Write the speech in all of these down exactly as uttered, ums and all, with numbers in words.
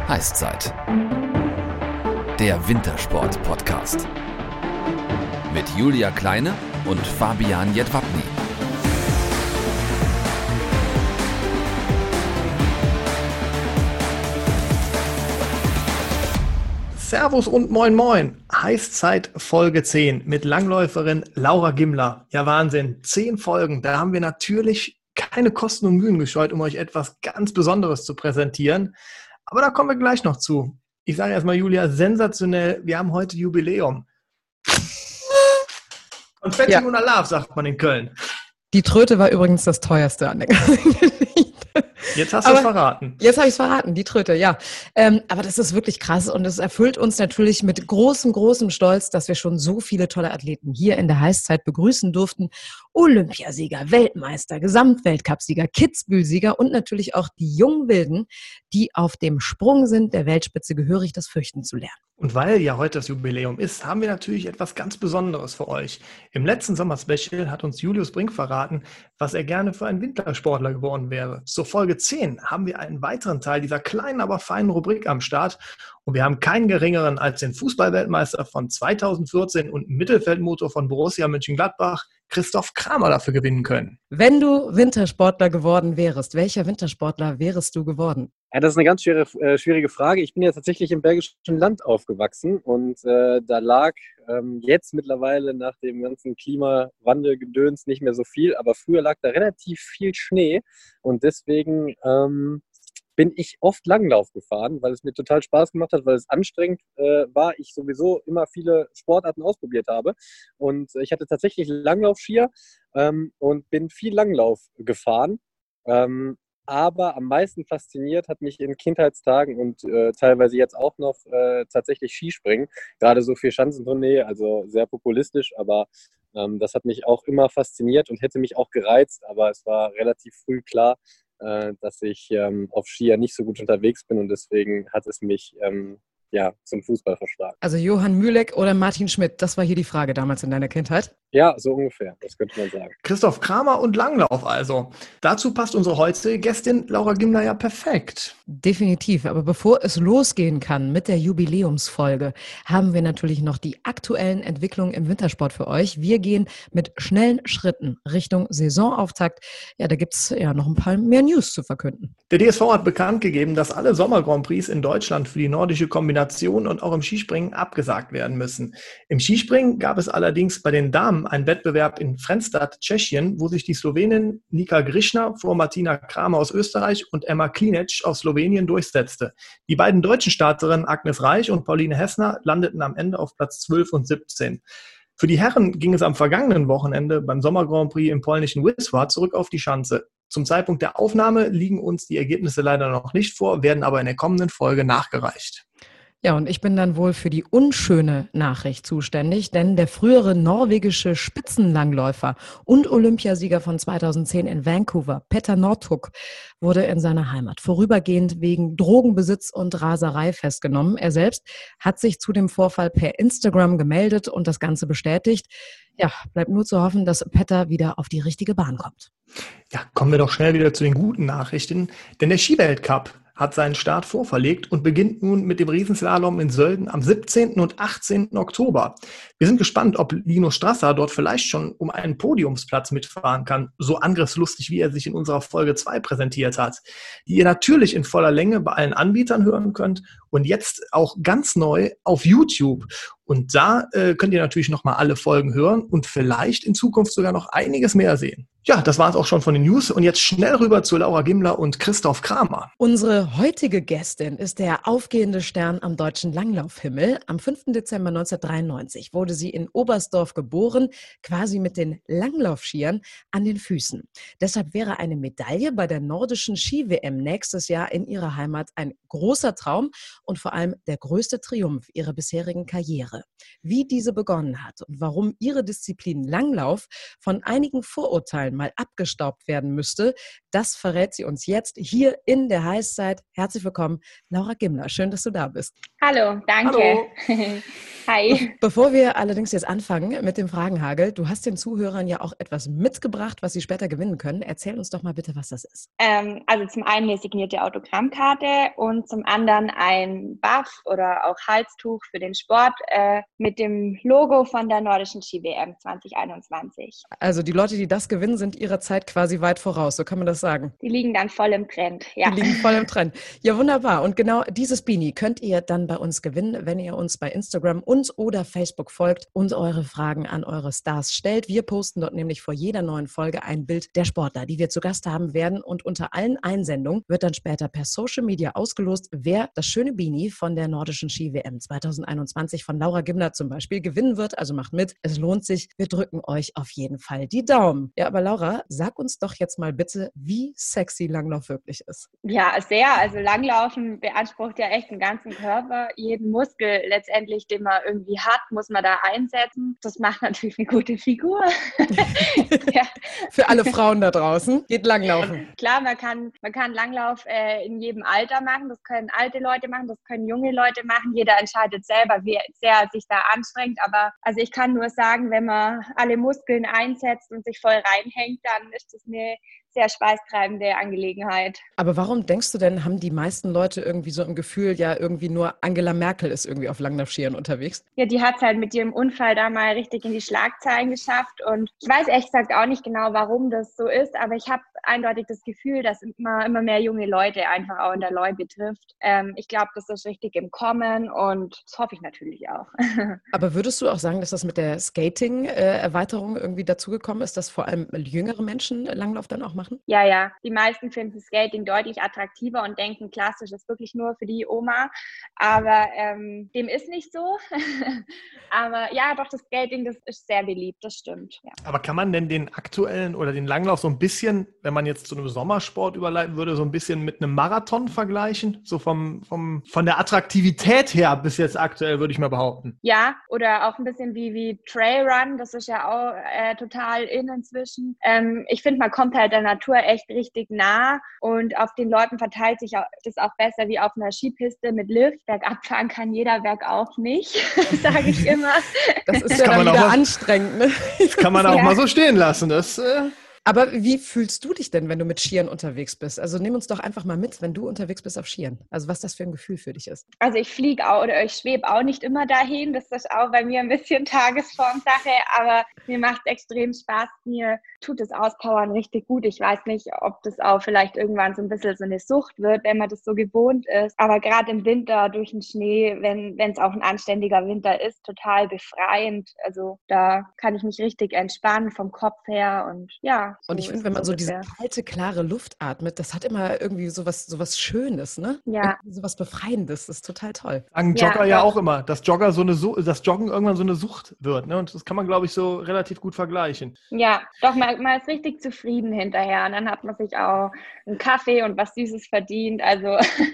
Heißzeit. Der Wintersport-Podcast. Mit Julia Kleine und Fabian Jedwabny. Servus und moin moin. Heißzeit Folge zehn mit Langläuferin Laura Gimler. Ja, Wahnsinn. Zehn Folgen. Da haben wir natürlich keine Kosten und Mühen gescheut, um euch etwas ganz Besonderes zu präsentieren. Aber da kommen wir gleich noch zu. Ich sage erstmal, Julia, sensationell. Wir haben heute Jubiläum. Konfetti Ja. und Alarv, sagt man in Köln. Die Tröte war übrigens das teuerste an der ganzen Geschichte. Jetzt hast du es Aber verraten. Jetzt habe ich es verraten, die Tröte, ja. Ähm, aber das ist wirklich krass und es erfüllt uns natürlich mit großem, großem Stolz, dass wir schon so viele tolle Athleten hier in der Heißzeit begrüßen durften. Olympiasieger, Weltmeister, Gesamtweltcupsieger, Kitzbühel-Sieger und natürlich auch die jungen Wilden, die auf dem Sprung sind, der Weltspitze gehörig das Fürchten zu lernen. Und weil ja heute das Jubiläum ist, haben wir natürlich etwas ganz Besonderes für euch. Im letzten Sommer-Special hat uns Julius Brink verraten, was er gerne für ein Wintersportler geworden wäre. Zur Folge zehn haben wir einen weiteren Teil dieser kleinen, aber feinen Rubrik am Start. Und wir haben keinen geringeren als den Fußball-Weltmeister von zweitausendvierzehn und Mittelfeldmotor von Borussia Mönchengladbach, Christoph Kramer, dafür gewinnen können. Wenn du Wintersportler geworden wärst, welcher Wintersportler wärst du geworden? Ja, das ist eine ganz schwere, äh, schwierige Frage. Ich bin ja tatsächlich im Bergischen Land aufgewachsen und äh, da lag ähm, jetzt mittlerweile nach dem ganzen Klimawandelgedöns nicht mehr so viel, aber früher lag da relativ viel Schnee und deswegen ähm, bin ich oft Langlauf gefahren, weil es mir total Spaß gemacht hat, weil es anstrengend äh, war. Ich sowieso immer viele Sportarten ausprobiert habe und ich hatte tatsächlich Langlaufskier ähm, und bin viel Langlauf gefahren. Ähm, Aber am meisten fasziniert hat mich in Kindheitstagen und äh, teilweise jetzt auch noch äh, tatsächlich Skispringen. Gerade so für Schanzentournee, also sehr populistisch, aber ähm, das hat mich auch immer fasziniert und hätte mich auch gereizt. Aber es war relativ früh klar, äh, dass ich ähm, auf Skier nicht so gut unterwegs bin und deswegen hat es mich ähm, ja, zum Fußball verschlagen. Also Johann Mühleck oder Martin Schmidt, das war hier die Frage damals in deiner Kindheit. Ja, so ungefähr, das könnte man sagen. Christoph Kramer und Langlauf also. Dazu passt unsere heutige Gästin Laura Gimler ja perfekt. Definitiv, aber bevor es losgehen kann mit der Jubiläumsfolge, haben wir natürlich noch die aktuellen Entwicklungen im Wintersport für euch. Wir gehen mit schnellen Schritten Richtung Saisonauftakt. Ja, da gibt's ja noch ein paar mehr News zu verkünden. Der D S V hat bekannt gegeben, dass alle Sommer-Grand Prix in Deutschland für die nordische Kombination und auch im Skispringen abgesagt werden müssen. Im Skispringen gab es allerdings bei den Damen einen Wettbewerb in Frenstat, Tschechien, wo sich die Slowenin Nika Grischner vor Martina Kramer aus Österreich und Emma Klinec aus Slowenien durchsetzte. Die beiden deutschen Starterinnen Agnes Reich und Pauline Hessner landeten am Ende auf Platz zwölf und siebzehn. Für die Herren ging es am vergangenen Wochenende beim Sommer-Grand Prix im polnischen Wisła zurück auf die Schanze. Zum Zeitpunkt der Aufnahme liegen uns die Ergebnisse leider noch nicht vor, werden aber in der kommenden Folge nachgereicht. Ja, und ich bin dann wohl für die unschöne Nachricht zuständig, denn der frühere norwegische Spitzenlangläufer und Olympiasieger von zweitausendzehn in Vancouver, Petter Northug, wurde in seiner Heimat vorübergehend wegen Drogenbesitz und Raserei festgenommen. Er selbst hat sich zu dem Vorfall per Instagram gemeldet und das Ganze bestätigt. Ja, bleibt nur zu hoffen, dass Petter wieder auf die richtige Bahn kommt. Ja, kommen wir doch schnell wieder zu den guten Nachrichten, denn der Skiweltcup hat seinen Start vorverlegt und beginnt nun mit dem Riesenslalom in Sölden am siebzehnten und achtzehnten Oktober. Wir sind gespannt, ob Linus Strasser dort vielleicht schon um einen Podiumsplatz mitfahren kann, so angriffslustig, wie er sich in unserer Folge zwei präsentiert hat, die ihr natürlich in voller Länge bei allen Anbietern hören könnt und jetzt auch ganz neu auf YouTube. Und da äh, könnt ihr natürlich nochmal alle Folgen hören und vielleicht in Zukunft sogar noch einiges mehr sehen. Ja, das war es auch schon von den News. Und jetzt schnell rüber zu Laura Gimler und Christoph Kramer. Unsere heutige Gästin ist der aufgehende Stern am deutschen Langlaufhimmel. Am fünften Dezember neunzehnhundertdreiundneunzig wurde sie in Oberstdorf geboren, quasi mit den Langlaufskiern an den Füßen. Deshalb wäre eine Medaille bei der nordischen Ski-W M nächstes Jahr in ihrer Heimat ein großer Traum und vor allem der größte Triumph ihrer bisherigen Karriere. Wie diese begonnen hat und warum ihre Disziplin Langlauf von einigen Vorurteilen mal abgestaubt werden müsste, das verrät sie uns jetzt hier in der Heißzeit. Herzlich willkommen, Laura Gimler. Schön, dass du da bist. Hallo, danke. Hallo. Hi. Bevor wir allerdings jetzt anfangen mit dem Fragenhagel, du hast den Zuhörern ja auch etwas mitgebracht, was sie später gewinnen können. Erzähl uns doch mal bitte, was das ist. Ähm, also zum einen eine signierte Autogrammkarte und zum anderen ein Buff oder auch Halstuch für den Sport äh, mit dem Logo von der Nordischen Ski-W M zwanzig einundzwanzig. Also die Leute, die das gewinnen, sind ihrer Zeit quasi weit voraus, so kann man das sagen. Die liegen dann voll im Trend, ja. Die liegen voll im Trend. Ja, wunderbar. Und genau dieses Beanie könnt ihr dann bei uns gewinnen, wenn ihr uns bei Instagram uns oder Facebook folgt und eure Fragen an eure Stars stellt. Wir posten dort nämlich vor jeder neuen Folge ein Bild der Sportler, die wir zu Gast haben werden. Und unter allen Einsendungen wird dann später per Social Media ausgelost, wer das schöne Beanie von der Nordischen Ski-W M zwanzig einundzwanzig von Laura Gimler zum Beispiel gewinnen wird. Also macht mit, es lohnt sich. Wir drücken euch auf jeden Fall die Daumen. Ja, aber Laura, sag uns doch jetzt mal bitte, wie sexy Langlauf wirklich ist. Ja, sehr. Also Langlaufen beansprucht ja echt den ganzen Körper. Jeden Muskel letztendlich, den man irgendwie hat, muss man da einsetzen. Das macht natürlich eine gute Figur. Ja. Für alle Frauen da draußen, geht Langlaufen. Klar, man kann, man kann Langlauf äh, in jedem Alter machen. Das können alte Leute machen, das können junge Leute machen. Jeder entscheidet selber, wie sehr er sich da anstrengt. Aber also ich kann nur sagen, wenn man alle Muskeln einsetzt und sich voll reinhängt, dann ist das eine sehr schweißtreibende Angelegenheit. Aber warum denkst du denn, haben die meisten Leute irgendwie so im Gefühl, ja irgendwie nur Angela Merkel ist irgendwie auf Langlaufskiern unterwegs? Ja, die hat es halt mit ihrem Unfall da mal richtig in die Schlagzeilen geschafft und ich weiß ehrlich gesagt auch nicht genau, warum das so ist, aber ich habe eindeutig das Gefühl, dass immer, immer mehr junge Leute einfach auch in der Loipe trifft. Ähm, ich glaube, das ist richtig im Kommen und das hoffe ich natürlich auch. Aber würdest du auch sagen, dass das mit der Skating-Erweiterung irgendwie dazugekommen ist, dass vor allem jüngere Menschen Langlauf dann auch machen? Ja, ja. Die meisten finden Skating deutlich attraktiver und denken, klassisch ist wirklich nur für die Oma. Aber ähm, dem ist nicht so. Aber ja, doch, das Skating, das ist sehr beliebt, das stimmt. Ja. Aber kann man denn den aktuellen oder den Langlauf so ein bisschen, wenn man jetzt zu einem Sommersport überleiten würde, so ein bisschen mit einem Marathon vergleichen? So vom, vom, von der Attraktivität her bis jetzt aktuell, würde ich mal behaupten. Ja, oder auch ein bisschen wie, wie Trailrun, das ist ja auch äh, total in inzwischen. Ähm, ich finde, man kommt halt der Natur echt richtig nah und auf den Leuten verteilt sich auch, das auch besser wie auf einer Skipiste mit Lift. Bergab fahren kann jeder, bergauf nicht, sage ich immer. Das ist ja dann wieder anstrengend, ne? Das kann man auch ja. mal so stehen lassen. Das, äh Aber wie fühlst du dich denn, wenn du mit Skiern unterwegs bist? Also nimm uns doch einfach mal mit, wenn du unterwegs bist auf Skiern. Also was das für ein Gefühl für dich ist. Also ich fliege auch oder ich schwebe auch nicht immer dahin. Das ist auch bei mir ein bisschen Tagesformsache, aber mir macht es extrem Spaß. Mir tut das Auspowern richtig gut. Ich weiß nicht, ob das auch vielleicht irgendwann so ein bisschen so eine Sucht wird, wenn man das so gewohnt ist. Aber gerade im Winter durch den Schnee, wenn wenn es auch ein anständiger Winter ist, total befreiend. Also da kann ich mich richtig entspannen vom Kopf her und ja. So und ich finde, wenn man so diese kalte, klare Luft atmet, das hat immer irgendwie sowas, sowas Schönes, ne? Ja. Sowas Befreiendes, das ist total toll. Sagen Jogger ja, ja auch immer, dass Jogger so eine Su- dass Joggen irgendwann so eine Sucht wird, ne? Und das kann man, glaube ich, so relativ gut vergleichen. Ja, doch, man, man ist richtig zufrieden hinterher und dann hat man sich auch einen Kaffee und was Süßes verdient, also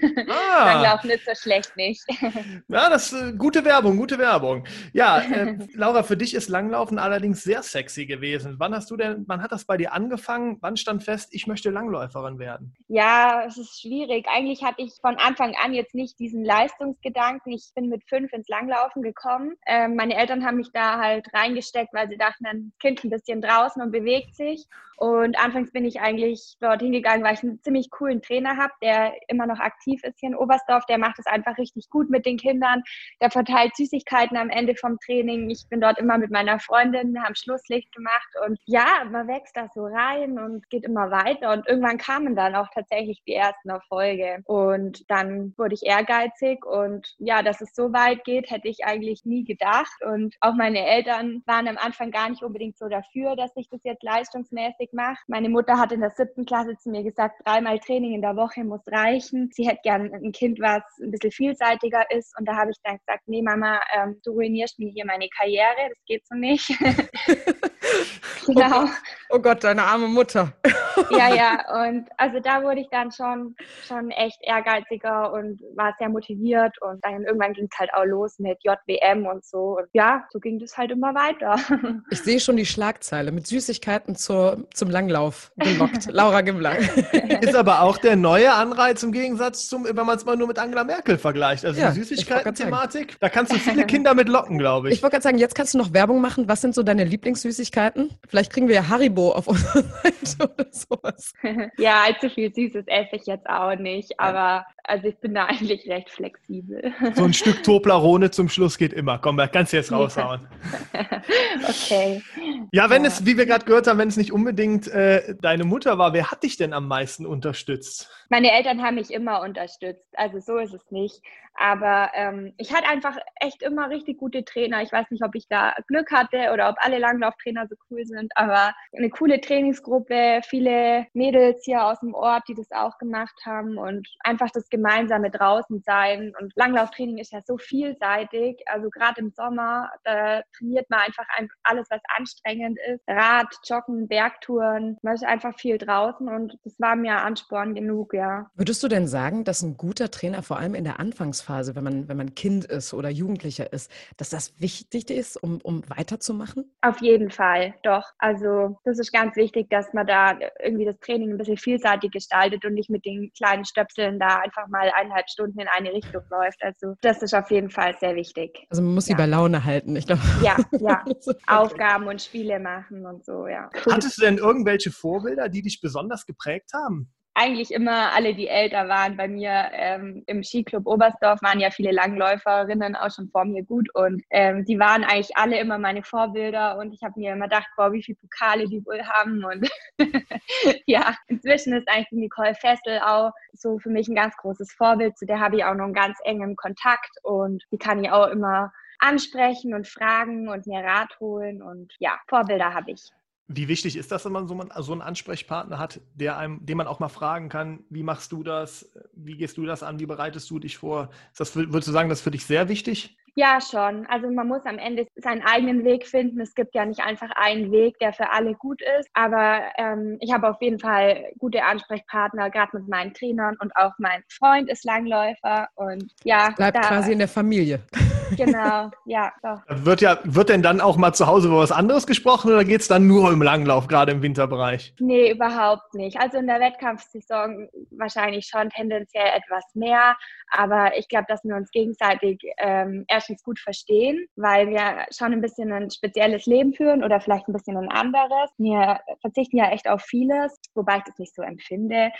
ah. Langlaufen ist so schlecht nicht. Ja, das ist äh, gute Werbung, gute Werbung. Ja, äh, Laura, für dich ist Langlaufen allerdings sehr sexy gewesen. Wann hast du denn, wann hat das bei dir angefangen? Wann stand fest, ich möchte Langläuferin werden? Ja, es ist schwierig. Eigentlich hatte ich von Anfang an jetzt nicht diesen Leistungsgedanken. Ich bin mit fünf ins Langlaufen gekommen. Ähm, meine Eltern haben mich da halt reingesteckt, weil sie dachten, ein Kind ein bisschen draußen und bewegt sich. Und anfangs bin ich eigentlich dorthin gegangen, weil ich einen ziemlich coolen Trainer habe, der immer noch aktiv ist hier in Oberstdorf. Der macht es einfach richtig gut mit den Kindern. Der verteilt Süßigkeiten am Ende vom Training. Ich bin dort immer mit meiner Freundin, wir haben Schlusslicht gemacht. Und ja, man wächst da so rein und geht immer weiter. Und irgendwann kamen dann auch tatsächlich die ersten Erfolge. Und dann wurde ich ehrgeizig. Und ja, dass es so weit geht, hätte ich eigentlich nie gedacht. Und auch meine Eltern waren am Anfang gar nicht unbedingt so dafür, dass ich das jetzt leistungsmäßig mache. Meine Mutter hat in der siebten Klasse zu mir gesagt, dreimal Training in der Woche muss reichen. Sie hätte gern ein Kind, was ein bisschen vielseitiger ist. Und da habe ich dann gesagt, nee Mama, ähm, du ruinierst mir hier meine Karriere, das geht so nicht. Genau. Oh Gott, deine arme Mutter. Ja, ja, und also da wurde ich dann schon, schon echt ehrgeiziger und war sehr motiviert und dann irgendwann ging es halt auch los mit J W M und so und ja, so ging das halt immer weiter. Ich sehe schon die Schlagzeile mit Süßigkeiten zur, zum Langlauf gelockt. Laura Gimbler. Ist aber auch der neue Anreiz im Gegensatz zum, wenn man es mal nur mit Angela Merkel vergleicht. Also Ja, die ich wollte Süßigkeiten-Thematik, da kannst du viele Kinder mit locken, glaube ich. Ich wollte gerade sagen, jetzt kannst du noch Werbung machen. Was sind so deine Lieblingssüßigkeiten? Vielleicht kriegen wir ja Haribo auf unserer Seite oder sowas. Ja, allzu viel Süßes esse ich jetzt auch nicht, aber also ich bin da eigentlich recht flexibel. So ein Stück Toblerone zum Schluss geht immer. Komm, da kannst du jetzt raushauen. Okay. Ja, wenn Ja. es, wie wir gerade gehört haben, wenn es nicht unbedingt äh, deine Mutter war, wer hat dich denn am meisten unterstützt? Meine Eltern haben mich immer unterstützt, also so ist es nicht. Aber ähm, ich hatte einfach echt immer richtig gute Trainer. Ich weiß nicht, ob ich da Glück hatte oder ob alle Langlauftrainer so cool sind, aber eine coole Trainingsgruppe, viele Mädels hier aus dem Ort, die das auch gemacht haben und einfach das gemeinsame draußen sein. Und Langlauftraining ist ja so vielseitig, also gerade im Sommer, da trainiert man einfach alles, was anstrengend ist. Rad, Joggen, Bergtouren, man ist einfach viel draußen und das war mir Ansporn genug, ja. Würdest du denn sagen, dass ein guter Trainer vor allem in der Anfangsphase, wenn man, wenn man Kind ist oder Jugendlicher ist, dass das wichtig ist, um, um weiterzumachen? Auf jeden Fall, doch. Also das ist ganz wichtig, dass man da irgendwie das Training ein bisschen vielseitig gestaltet und nicht mit den kleinen Stöpseln da einfach mal eineinhalb Stunden in eine Richtung läuft. Also das ist auf jeden Fall sehr wichtig. Also man muss sie Ja. bei Laune halten, ich glaube. Ja, ja. Aufgaben und Spiele machen und so, ja. Hattest du denn irgendwelche Vorbilder, die dich besonders geprägt haben? Eigentlich immer alle, die älter waren. Bei mir ähm, im Skiclub Oberstdorf waren ja viele Langläuferinnen auch schon vor mir gut und ähm, die waren eigentlich alle immer meine Vorbilder und ich habe mir immer gedacht, boah, wie viele Pokale die wohl haben und ja, inzwischen ist eigentlich Nicole Fessel auch so für mich ein ganz großes Vorbild, zu der habe ich auch noch einen ganz engen Kontakt und die kann ich auch immer ansprechen und fragen und mir Rat holen und ja, Vorbilder habe ich. Wie wichtig ist das, wenn man so, man so einen Ansprechpartner hat, der einem, den man auch mal fragen kann, wie machst du das, wie gehst du das an, wie bereitest du dich vor? Ist das, würdest du sagen, das ist für dich sehr wichtig? Ja, schon. Also man muss am Ende seinen eigenen Weg finden. Es gibt ja nicht einfach einen Weg, der für alle gut ist. Aber ähm, ich habe auf jeden Fall gute Ansprechpartner, gerade mit meinen Trainern und auch mein Freund ist Langläufer. Und ja, Bleibt da, quasi in der Familie. Genau, ja, doch. Wird ja, wird denn dann auch mal zu Hause über was anderes gesprochen oder geht es dann nur um Langlauf, gerade im Winterbereich? Nee, überhaupt nicht. Also in der Wettkampfsaison wahrscheinlich schon tendenziell etwas mehr. Aber ich glaube, dass wir uns gegenseitig ähm, erstens gut verstehen, weil wir schon ein bisschen ein spezielles Leben führen oder vielleicht ein bisschen ein anderes. Wir verzichten ja echt auf vieles, wobei ich das nicht so empfinde.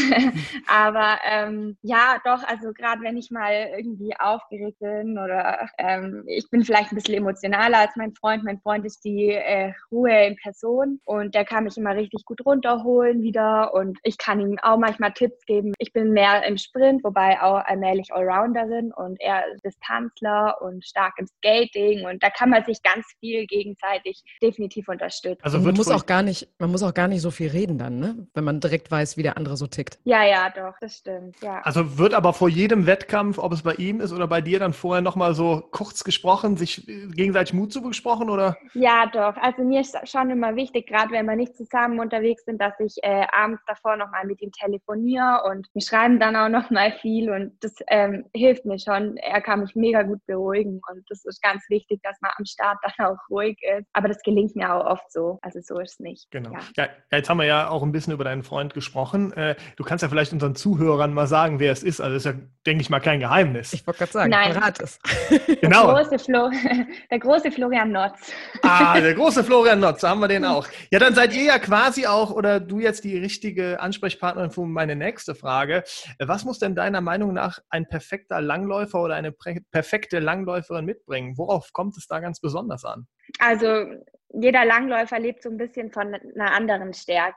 Aber ähm, ja, doch, also gerade wenn ich mal irgendwie aufgeregt bin oder ähm, ich bin vielleicht ein bisschen emotionaler als mein Freund. Mein Freund ist die äh, Ruhe in Person und der kann mich immer richtig gut runterholen wieder und ich kann ihm auch manchmal Tipps geben. Ich bin mehr im Sprint, wobei auch allmählich Allrounderin und er ist Distanzler und stark im Skating und da kann man sich ganz viel gegenseitig definitiv unterstützen. Also man muss auch gar nicht, man muss auch gar nicht so viel reden dann, ne? Wenn man direkt weiß, wie der andere so tickt. Ja, ja, doch, das stimmt, ja. Also wird aber vor jedem Wettkampf, ob es bei ihm ist oder bei dir, dann vorher nochmal so kurz gesprochen, sich gegenseitig Mut zugesprochen, oder? Ja, doch. Also mir ist schon immer wichtig, gerade wenn wir nicht zusammen unterwegs sind, dass ich äh, abends davor nochmal mit ihm telefoniere und wir schreiben dann auch nochmal viel und das ähm, hilft mir schon. Er kann mich mega gut beruhigen und das ist ganz wichtig, dass man am Start dann auch ruhig ist. Aber das gelingt mir auch oft so. Also so ist es nicht. Genau. Ja. Ja, jetzt haben wir ja auch ein bisschen über deinen Freund gesprochen. Äh, du kannst ja vielleicht unseren Zuhörern mal sagen, wer es ist. Also das ist ja, denke ich mal, kein Geheimnis. Ich wollte gerade sagen, Nein. verrat es. Genau. Der große, Flo, der große Florian Notz. Ah, der große Florian Notz, da haben wir den auch. Ja, dann seid ihr ja quasi auch, oder du jetzt die richtige Ansprechpartnerin für meine nächste Frage. Was muss denn deiner Meinung nach ein perfekter Langläufer oder eine perfekte Langläuferin mitbringen? Worauf kommt es da ganz besonders an? Also jeder Langläufer lebt so ein bisschen von einer anderen Stärke.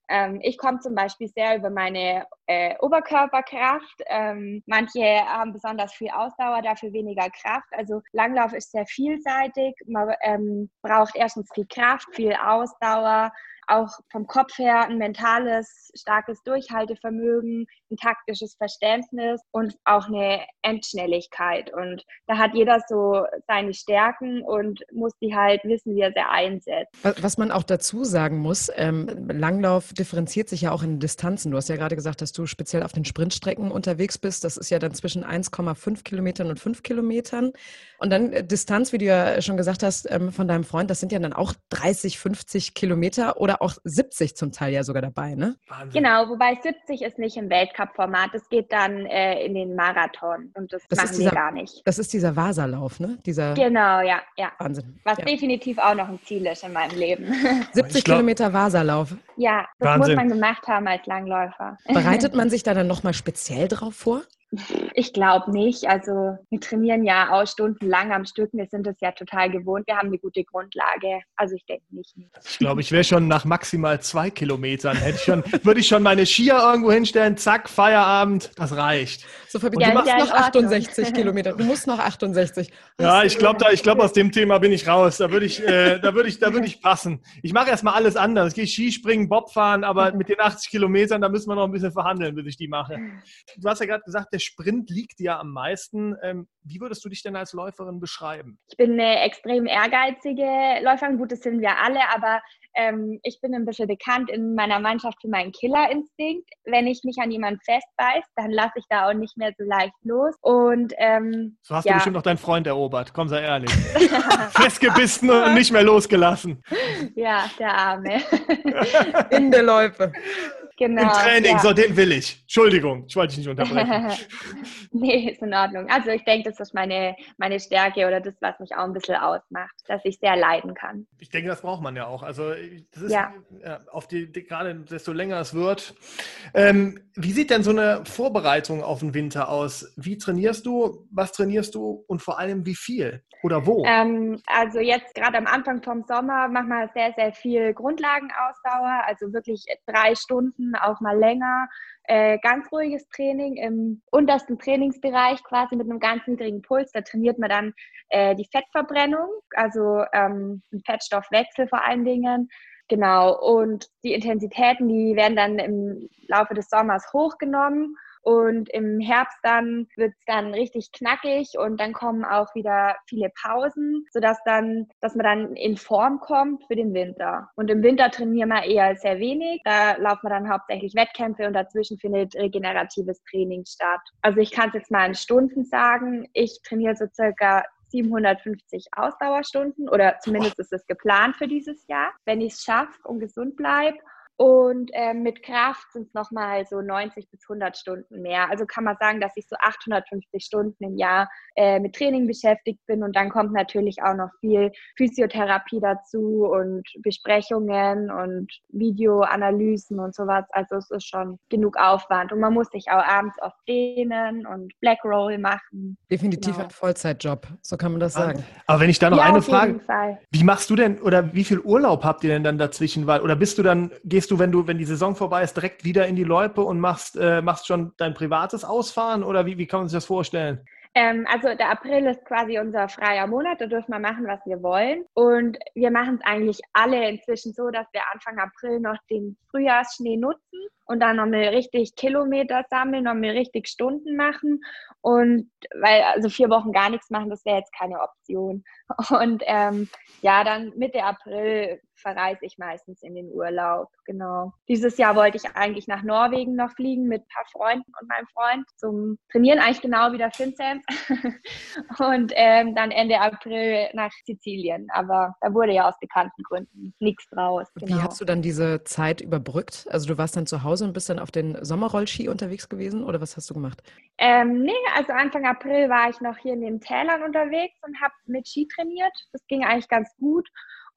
Ähm, ich komme zum Beispiel sehr über meine äh, Oberkörperkraft. Ähm, manche haben besonders viel Ausdauer, dafür weniger Kraft. Also Langlauf ist sehr vielseitig. Man ähm, braucht erstens viel Kraft, viel Ausdauer, auch vom Kopf her ein mentales, starkes Durchhaltevermögen, ein taktisches Verständnis und auch eine Endschnelligkeit. Und da hat jeder so seine Stärken und muss die halt wissen, wie er sie einsetzt. Was man auch dazu sagen muss, ähm, Langlauf differenziert sich ja auch in Distanzen. Du hast ja gerade gesagt, dass du speziell auf den Sprintstrecken unterwegs bist. Das ist ja dann zwischen eins Komma fünf Kilometern und fünf Kilometern. Und dann äh, Distanz, wie du ja schon gesagt hast, ähm, von deinem Freund, das sind ja dann auch dreißig, fünfzig Kilometer oder auch siebzig zum Teil ja sogar dabei, ne? Wahnsinn. Genau, wobei siebzig ist nicht im Weltcup-Format. Das geht dann äh, in den Marathon und das, Das machen ist dieser, wir gar nicht. Das ist dieser Vasalauf, ne? Dieser Genau, ja, ja. Wahnsinn. Was Ja. definitiv auch noch ein Ziel ist in meinem Leben. siebzig Ich glaub- Kilometer Vasalauf. Ja, das Wahnsinn. muss man gemacht haben als Langläufer. Bereitet man sich da dann nochmal speziell drauf vor? Ich glaube nicht. Also wir trainieren ja auch stundenlang am Stück. Wir sind das ja total gewohnt. Wir haben eine gute Grundlage. Also ich denke nicht. Ich glaube, ich wäre schon nach maximal zwei Kilometern, hätte ich schon, würde ich schon meine Skier irgendwo hinstellen, zack, Feierabend, das reicht. So, Fabi, Und du du machst machst- noch Ja, in Ordnung. achtundsechzig Kilometer. Du musst noch achtundsechzig. Ja, ich glaube, da, ich glaube, aus dem Thema bin ich raus. Da würde ich, äh, da würde ich, da würde ich passen. Ich mache erstmal alles anders. Ich gehe Skispringen, Bobfahren, aber mit den achtzig Kilometern, da müssen wir noch ein bisschen verhandeln, bis ich die mache. Du hast ja gerade gesagt, der Sprint liegt dir am meisten. Ähm, wie würdest du dich denn als Läuferin beschreiben? Ich bin eine extrem ehrgeizige Läuferin. Gut, das sind wir alle, aber ähm, ich bin ein bisschen bekannt in meiner Mannschaft für meinen Killerinstinkt. Wenn ich mich an jemanden festbeiß, dann lasse ich da auch nicht mehr so leicht los. Und ähm, So hast ja. du bestimmt noch deinen Freund erobert. Komm, sei ehrlich. Festgebissen und nicht mehr losgelassen. Ja, der Arme. In der Loipe. Genau. Im Training, ja. so den will ich. Entschuldigung, ich wollte dich nicht unterbrechen. Nee, ist in Ordnung. Also ich denke, das ist meine, meine Stärke oder das, was mich auch ein bisschen ausmacht, dass ich sehr leiden kann. Ich denke, das braucht man ja auch. Also das ist Ja. ja, auf die, die gerade desto länger es wird. Ähm, wie sieht denn so eine Vorbereitung auf den Winter aus? Wie trainierst du? Was trainierst du? Und vor allem wie viel? Oder wo? Ähm, also jetzt gerade am Anfang vom Sommer machen wir sehr, sehr viel Grundlagenausdauer, also wirklich drei Stunden, auch mal länger. Äh, ganz ruhiges Training im untersten Trainingsbereich, quasi mit einem ganz niedrigen Puls. Da trainiert man dann äh, die Fettverbrennung, also ähm, den Fettstoffwechsel vor allen Dingen. Genau, und die Intensitäten, die werden dann im Laufe des Sommers hochgenommen. Und im Herbst dann wird es dann richtig knackig und dann kommen auch wieder viele Pausen, sodass dann, dass man dann in Form kommt für den Winter. Und im Winter trainieren wir eher sehr wenig. Da laufen wir dann hauptsächlich Wettkämpfe und dazwischen findet regeneratives Training statt. Also ich kann es jetzt mal in Stunden sagen. Ich trainiere so circa siebenhundertfünfzig Ausdauerstunden oder zumindest ist es geplant für dieses Jahr, wenn ich es schaffe und gesund bleibe. Und äh, mit Kraft sind es nochmal so neunzig bis hundert Stunden mehr. Also kann man sagen, dass ich so achthundertfünfzig Stunden im Jahr äh, mit Training beschäftigt bin. Und dann kommt natürlich auch noch viel Physiotherapie dazu und Besprechungen und Videoanalysen und sowas. Also es ist schon genug Aufwand. Und man muss sich auch abends oft dehnen und Black Roll machen. Definitiv Genau. ein Vollzeitjob, so kann man das sagen. Aber wenn ich da noch Ja, eine auf jeden Frage, Fall. wie machst du denn oder wie viel Urlaub habt ihr denn dann dazwischen? Weil, oder bist du dann, gehst du, wenn du, wenn die Saison vorbei ist, direkt wieder in die Loipe und machst, äh, machst schon dein privates Ausfahren oder wie, wie kann man sich das vorstellen? Ähm, also der April ist quasi unser freier Monat, da dürfen wir machen, was wir wollen. Und wir machen es eigentlich alle inzwischen so, dass wir Anfang April noch den Frühjahrsschnee nutzen und dann nochmal richtig Kilometer sammeln, nochmal richtig Stunden machen. Und weil also vier Wochen gar nichts machen, das wäre jetzt keine Option. Und ähm, ja, dann Mitte April verreise ich meistens in den Urlaub, genau. Dieses Jahr wollte ich eigentlich nach Norwegen noch fliegen mit ein paar Freunden und meinem Freund zum Trainieren, eigentlich genau wie der Vincent. Und ähm, dann Ende April nach Sizilien, aber da wurde ja aus bekannten Gründen nichts draus. Genau. Wie hast du dann diese Zeit überbrückt? Also du warst dann zu Hause und bist dann auf den Sommerrollski unterwegs gewesen oder was hast du gemacht? Ähm, nee, also Anfang April war ich noch hier in den Tälern unterwegs und habe mit Ski trainiert. Das ging eigentlich ganz gut.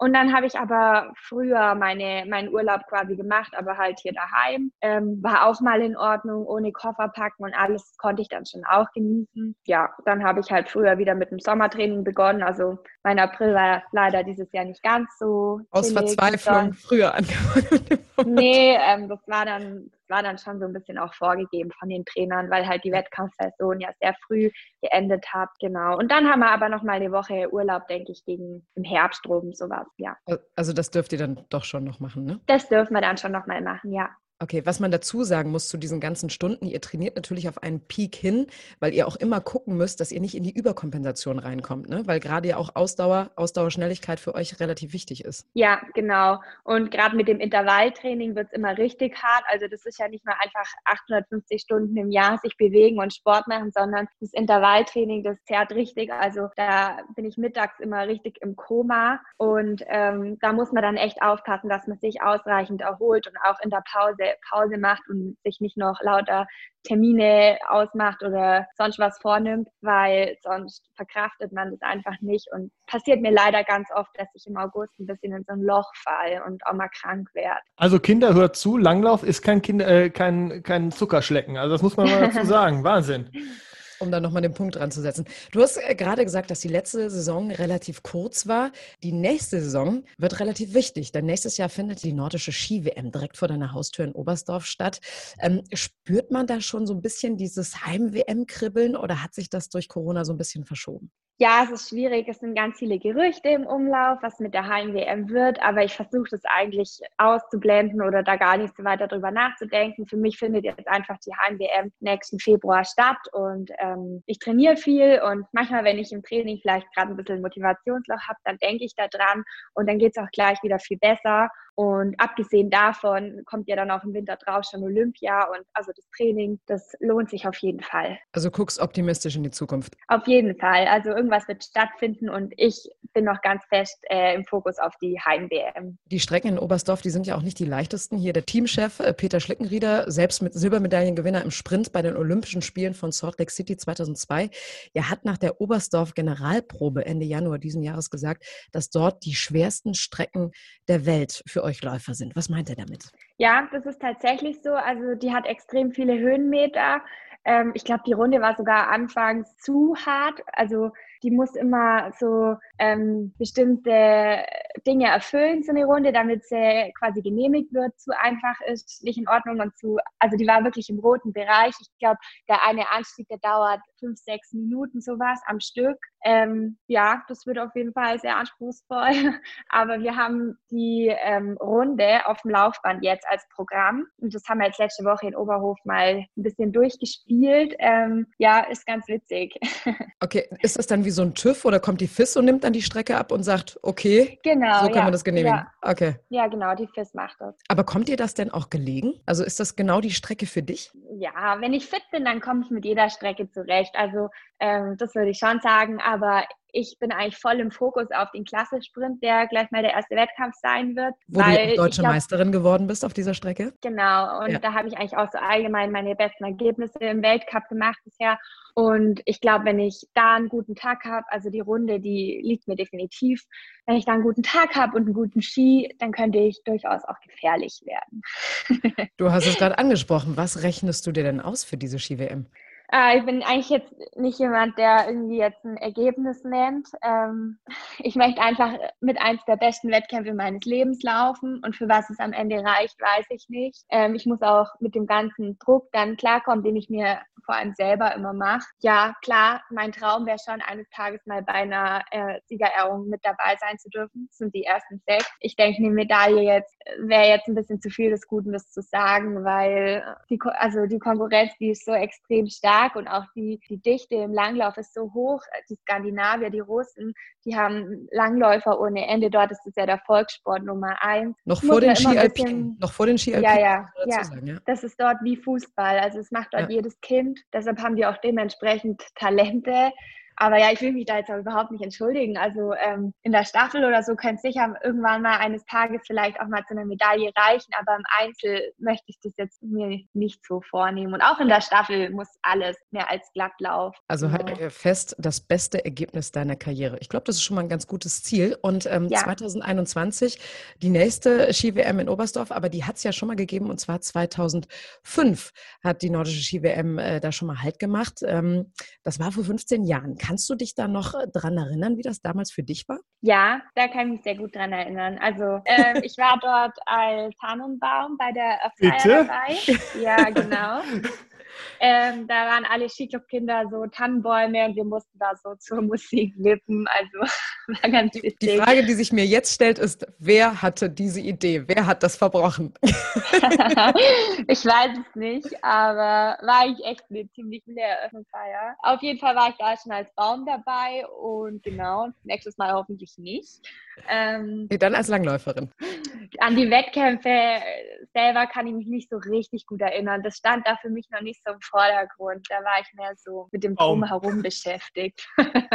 Und dann habe ich aber früher meine, meinen Urlaub quasi gemacht, aber halt hier daheim. Ähm, war auch mal in Ordnung, ohne Koffer packen und alles konnte ich dann schon auch genießen. Ja, dann habe ich halt früher wieder mit dem Sommertraining begonnen. Also mein April war leider dieses Jahr nicht ganz so Aus chillig. Verzweiflung früher angefangen. Nee, ähm, das war dann, das war dann schon so ein bisschen auch vorgegeben von den Trainern, weil halt die Wettkampfsaison ja sehr früh geendet hat, genau. Und dann haben wir aber noch mal eine Woche Urlaub, denke ich, gegen im Herbst rum, sowas, ja. Also das dürft ihr dann doch schon noch machen, ne? Das dürfen wir dann schon noch mal machen, ja. Okay, was man dazu sagen muss zu diesen ganzen Stunden, ihr trainiert natürlich auf einen Peak hin, weil ihr auch immer gucken müsst, dass ihr nicht in die Überkompensation reinkommt, ne? Weil gerade ja auch Ausdauer, Ausdauerschnelligkeit für euch relativ wichtig ist. Ja, genau. Und gerade mit dem Intervalltraining wird es immer richtig hart. Also das ist ja nicht mal einfach achthundertfünfzig Stunden im Jahr sich bewegen und Sport machen, sondern das Intervalltraining, das zerrt richtig. Also da bin ich mittags immer richtig im Koma und ähm, da muss man dann echt aufpassen, dass man sich ausreichend erholt und auch in der Pause Pause macht und sich nicht noch lauter Termine ausmacht oder sonst was vornimmt, weil sonst verkraftet man das einfach nicht. Und passiert mir leider ganz oft, dass ich im August ein bisschen in so ein Loch falle und auch mal krank werde. Also Kinder, hört zu, Langlauf ist kein, Kinder, äh, kein, kein Zuckerschlecken. Also das muss man mal dazu sagen. Wahnsinn. Um da nochmal den Punkt dran zu setzen. Du hast äh, gerade gesagt, dass die letzte Saison relativ kurz war. Die nächste Saison wird relativ wichtig, denn nächstes Jahr findet die nordische Ski-W M direkt vor deiner Haustür in Oberstdorf statt. Ähm, spürt man da schon so ein bisschen dieses Heim-W M-Kribbeln oder hat sich das durch Corona so ein bisschen verschoben? Ja, es ist schwierig. Es sind ganz viele Gerüchte im Umlauf, was mit der Heim-W M wird. Aber ich versuche das eigentlich auszublenden oder da gar nicht so weiter drüber nachzudenken. Für mich findet jetzt einfach die Heim-W M nächsten Februar statt. Und ähm, ich trainiere viel. Und manchmal, wenn ich im Training vielleicht gerade ein bisschen Motivationsloch habe, dann denke ich da dran. Und dann geht es auch gleich wieder viel besser. Und abgesehen davon kommt ja dann auch im Winter drauf schon Olympia. Und also das Training, das lohnt sich auf jeden Fall. Also guckst optimistisch in die Zukunft. Auf jeden Fall. Also irgendwas wird stattfinden und ich bin noch ganz fest äh, im Fokus auf die Heim-W M. Die Strecken in Oberstdorf, die sind ja auch nicht die leichtesten. Hier der Teamchef äh, Peter Schlickenrieder, selbst mit Silbermedaillengewinner im Sprint bei den Olympischen Spielen von Salt Lake City zweitausendzwei, er hat nach der Oberstdorf-Generalprobe Ende Januar diesen Jahres gesagt, dass dort die schwersten Strecken der Welt für euch Läufer sind. Was meint er damit? Ja, das ist tatsächlich so. Also die hat extrem viele Höhenmeter. Ähm, ich glaube, die Runde war sogar anfangs zu hart. Also die muss immer so ähm, bestimmte Dinge erfüllen, so eine Runde, damit sie quasi genehmigt wird. Zu einfach ist nicht in Ordnung und zu, also die war wirklich im roten Bereich. Ich glaube, der eine Anstieg, der dauert fünf, sechs Minuten sowas am Stück. Ähm, ja, das wird auf jeden Fall sehr anspruchsvoll. Aber wir haben die ähm, Runde auf dem Laufband jetzt als Programm. Und das haben wir jetzt letzte Woche in Oberhof mal ein bisschen durchgespielt. Ähm, ja, ist ganz witzig. Okay, ist das dann wie so ein TÜV oder kommt die F I S und nimmt dann die Strecke ab und sagt, okay, genau, so können ja, wir das genehmigen? Ja. Okay. Ja, genau, die F I S macht das. Aber kommt dir das denn auch gelegen? Also ist das genau die Strecke für dich? Ja, wenn ich fit bin, dann komme ich mit jeder Strecke zurecht. Also ähm, das würde ich schon sagen, aber ich bin eigentlich voll im Fokus auf den Klassensprint, der gleich mal der erste Wettkampf sein wird. Wo weil du ja deutsche glaub, Meisterin geworden bist auf dieser Strecke. Genau, und ja. Da habe ich eigentlich auch so allgemein meine besten Ergebnisse im Weltcup gemacht bisher. Und ich glaube, wenn ich da einen guten Tag habe, also die Runde, die liegt mir definitiv, wenn ich da einen guten Tag habe und einen guten Ski, dann könnte ich durchaus auch gefährlich werden. Du hast es gerade angesprochen. Was rechnest du dir denn aus für diese Ski-W M? Äh, ich bin eigentlich jetzt nicht jemand, der irgendwie jetzt ein Ergebnis nennt. Ähm, ich möchte einfach mit eins der besten Wettkämpfe meines Lebens laufen und für was es am Ende reicht, weiß ich nicht. Ähm, ich muss auch mit dem ganzen Druck dann klarkommen, den ich mir vor allem selber immer mache. Ja, klar, mein Traum wäre schon, eines Tages mal bei einer äh, Siegerehrung mit dabei sein zu dürfen. Das sind die ersten sechs. Ich denke, eine Medaille jetzt wäre jetzt ein bisschen zu viel des Guten, das zu sagen, weil die, also die Konkurrenz, die ist so extrem stark. Und auch die, die Dichte im Langlauf ist so hoch. Die Skandinavier, die Russen, die haben Langläufer ohne Ende. Dort ist es ja der Volkssport Nummer eins. Noch vor den Ski-Alpinen. Noch vor den Ski-Alpinen. Ja, ja, ja. Sagen, ja. Das ist dort wie Fußball. Also es macht dort ja. jedes Kind. Deshalb haben die auch dementsprechend Talente. Aber ja, ich will mich da jetzt auch überhaupt nicht entschuldigen. Also ähm, in der Staffel oder so könnte es sicher irgendwann mal eines Tages vielleicht auch mal zu einer Medaille reichen, aber im Einzel möchte ich das jetzt mir nicht so vornehmen. Und auch in der Staffel muss alles mehr als glatt laufen. Also Genau. halt fest, das beste Ergebnis deiner Karriere. Ich glaube, das ist schon mal ein ganz gutes Ziel. Und ähm, Ja. zwanzig einundzwanzig, die nächste Ski-W M in Oberstdorf, aber die hat es ja schon mal gegeben, und zwar zweitausendfünf hat die nordische Ski-W M äh, da schon mal Halt gemacht. Ähm, das war vor fünfzehn Jahren. Kannst du dich da noch dran erinnern, wie das damals für dich war? Ja, da kann ich mich sehr gut dran erinnern. Also ähm, ich war dort als Tannenbaum bei der Feier dabei. Ja, genau. Ähm, da waren alle Skiclub-Kinder so Tannenbäume und wir mussten da so zur Musik wippen. Also war ganz witzig. Die Frage, die sich mir jetzt stellt, ist, wer hatte diese Idee? Wer hat das verbrochen? Ich weiß es nicht, aber war eigentlich echt eine ziemlich coole Eröffnungsfeier. Auf jeden Fall war ich da schon als Baum dabei und genau, nächstes Mal hoffentlich nicht. Ähm, Nee, dann als Langläuferin. An die Wettkämpfe selber kann ich mich nicht so richtig gut erinnern. Das stand da für mich noch nicht so im Vordergrund. Da war ich mehr so mit dem Drumherum beschäftigt.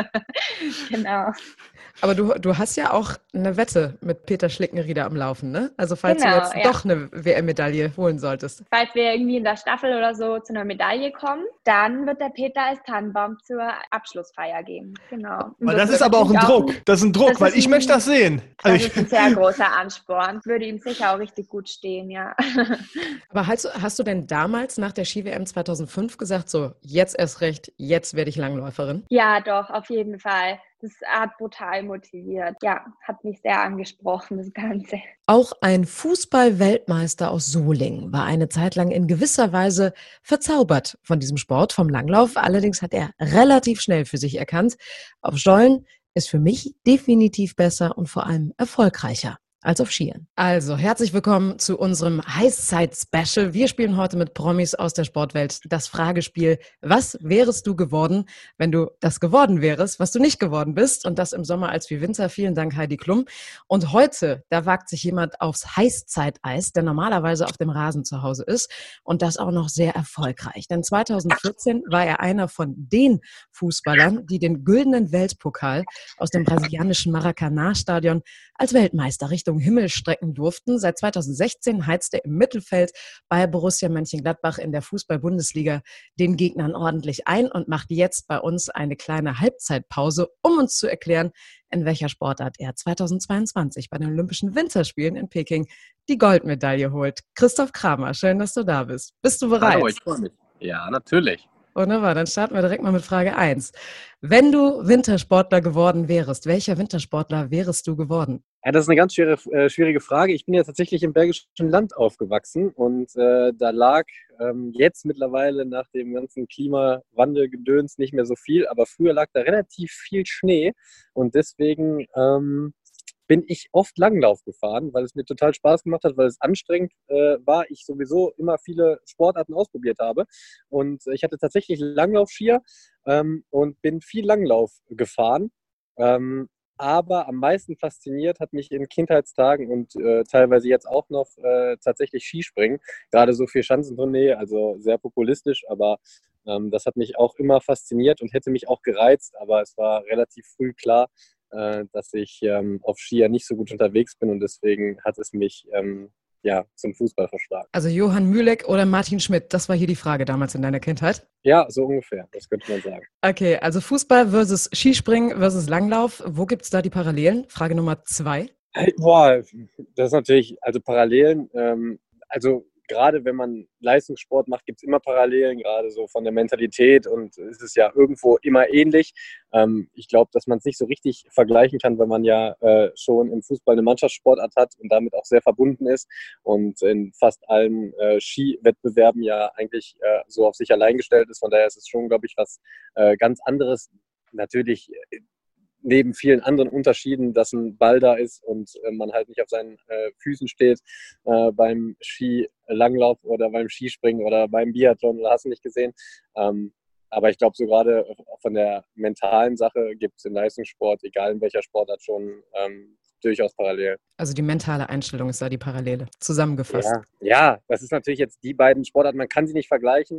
Genau. Aber du, du hast ja auch eine Wette mit Peter Schlickenrieder am Laufen, ne? Also falls Genau, du jetzt ja. doch eine W M-Medaille holen solltest. Falls wir irgendwie in der Staffel oder so zu einer Medaille kommen, dann wird der Peter als Tannenbaum zur Abschlussfeier gehen. Genau. Weil das, das ist aber auch ein Druck. Ein, das ist ein Druck, das weil ich ein, möchte das sehen. Das also ist ein sehr großer Ansporn. Würde ihm sicher auch richtig gut stehen, ja. Aber hast, hast du denn damals nach der Ski-W M zweitausendfünf gesagt, so jetzt erst recht, jetzt werde ich Langläuferin? Ja, doch, auf jeden Fall. Das hat brutal motiviert. Ja, hat mich sehr angesprochen, das Ganze. Auch ein Fußball-Weltmeister aus Solingen war eine Zeit lang in gewisser Weise verzaubert von diesem Sport, vom Langlauf. Allerdings hat er relativ schnell für sich erkannt, auf Stollen ist für mich definitiv besser und vor allem erfolgreicher als auf Skiern. Also, herzlich willkommen zu unserem Heißzeit-Special. Wir spielen heute mit Promis aus der Sportwelt das Fragespiel: Was wärest du geworden, wenn du das geworden wärst, was du nicht geworden bist? Und das im Sommer als wie Winter. Vielen Dank, Heidi Klum. Und heute, da wagt sich jemand aufs Heißzeiteis, der normalerweise auf dem Rasen zu Hause ist, und das auch noch sehr erfolgreich. Denn zweitausendvierzehn war er einer von den Fußballern, die den güldenen Weltpokal aus dem brasilianischen Maracanã-Stadion als Weltmeister Richtung Himmel strecken durften. Seit zweitausendsechzehn heizt er im Mittelfeld bei Borussia Mönchengladbach in der Fußball-Bundesliga den Gegnern ordentlich ein und macht jetzt bei uns eine kleine Halbzeitpause, um uns zu erklären, in welcher Sportart er zweitausendzweiundzwanzig bei den Olympischen Winterspielen in Peking die Goldmedaille holt. Christoph Kramer, schön, dass du da bist. Bist du bereit? Hallo, ich freue mich. Ja, natürlich. Wunderbar, dann starten wir direkt mal mit Frage eins. Wenn du Wintersportler geworden wärst, welcher Wintersportler wärst du geworden? Ja, das ist eine ganz schwere, äh, schwierige Frage. Ich bin ja tatsächlich im Bergischen Land aufgewachsen und äh, da lag ähm, jetzt mittlerweile nach dem ganzen Klimawandelgedöns nicht mehr so viel, aber früher lag da relativ viel Schnee und deswegen ähm, bin ich oft Langlauf gefahren, weil es mir total Spaß gemacht hat, weil es anstrengend äh, war. Ich sowieso immer viele Sportarten ausprobiert habe. Und äh, ich hatte tatsächlich Langlaufskier ähm, und bin viel Langlauf gefahren. Ähm, aber am meisten fasziniert hat mich in Kindheitstagen und äh, teilweise jetzt auch noch äh, tatsächlich Skispringen. Gerade so für Schanzentournee, also sehr populistisch, aber ähm, das hat mich auch immer fasziniert und hätte mich auch gereizt. Aber es war relativ früh klar, dass ich ähm, auf Skier nicht so gut unterwegs bin und deswegen hat es mich ähm, ja, zum Fußball verschlagen. Also Johann Mühleck oder Martin Schmidt, das war hier die Frage damals in deiner Kindheit? Ja, so ungefähr, das könnte man sagen. Okay, also Fußball versus Skispringen versus Langlauf, wo gibt es da die Parallelen? Frage Nummer zwei. Hey, boah, das ist natürlich, also Parallelen, ähm, also gerade wenn man Leistungssport macht, gibt es immer Parallelen, gerade so von der Mentalität und es ist ja irgendwo immer ähnlich. Ähm, ich glaube, dass man es nicht so richtig vergleichen kann, weil man ja äh, schon im Fußball eine Mannschaftssportart hat und damit auch sehr verbunden ist und in fast allen äh, Skiwettbewerben ja eigentlich äh, so auf sich allein gestellt ist. Von daher ist es schon, glaube ich, was äh, ganz anderes. Natürlich äh, neben vielen anderen Unterschieden, dass ein Ball da ist und äh, man halt nicht auf seinen äh, Füßen steht äh, beim Skilanglauf oder beim Skispringen oder beim Biathlon, hast du nicht gesehen. Ähm, aber ich glaube, so gerade von der mentalen Sache gibt es im Leistungssport, egal in welcher Sportart, schon ähm, durchaus parallel. Also die mentale Einstellung ist da die Parallele, zusammengefasst. Ja, ja, das ist natürlich jetzt die beiden Sportarten, man kann sie nicht vergleichen.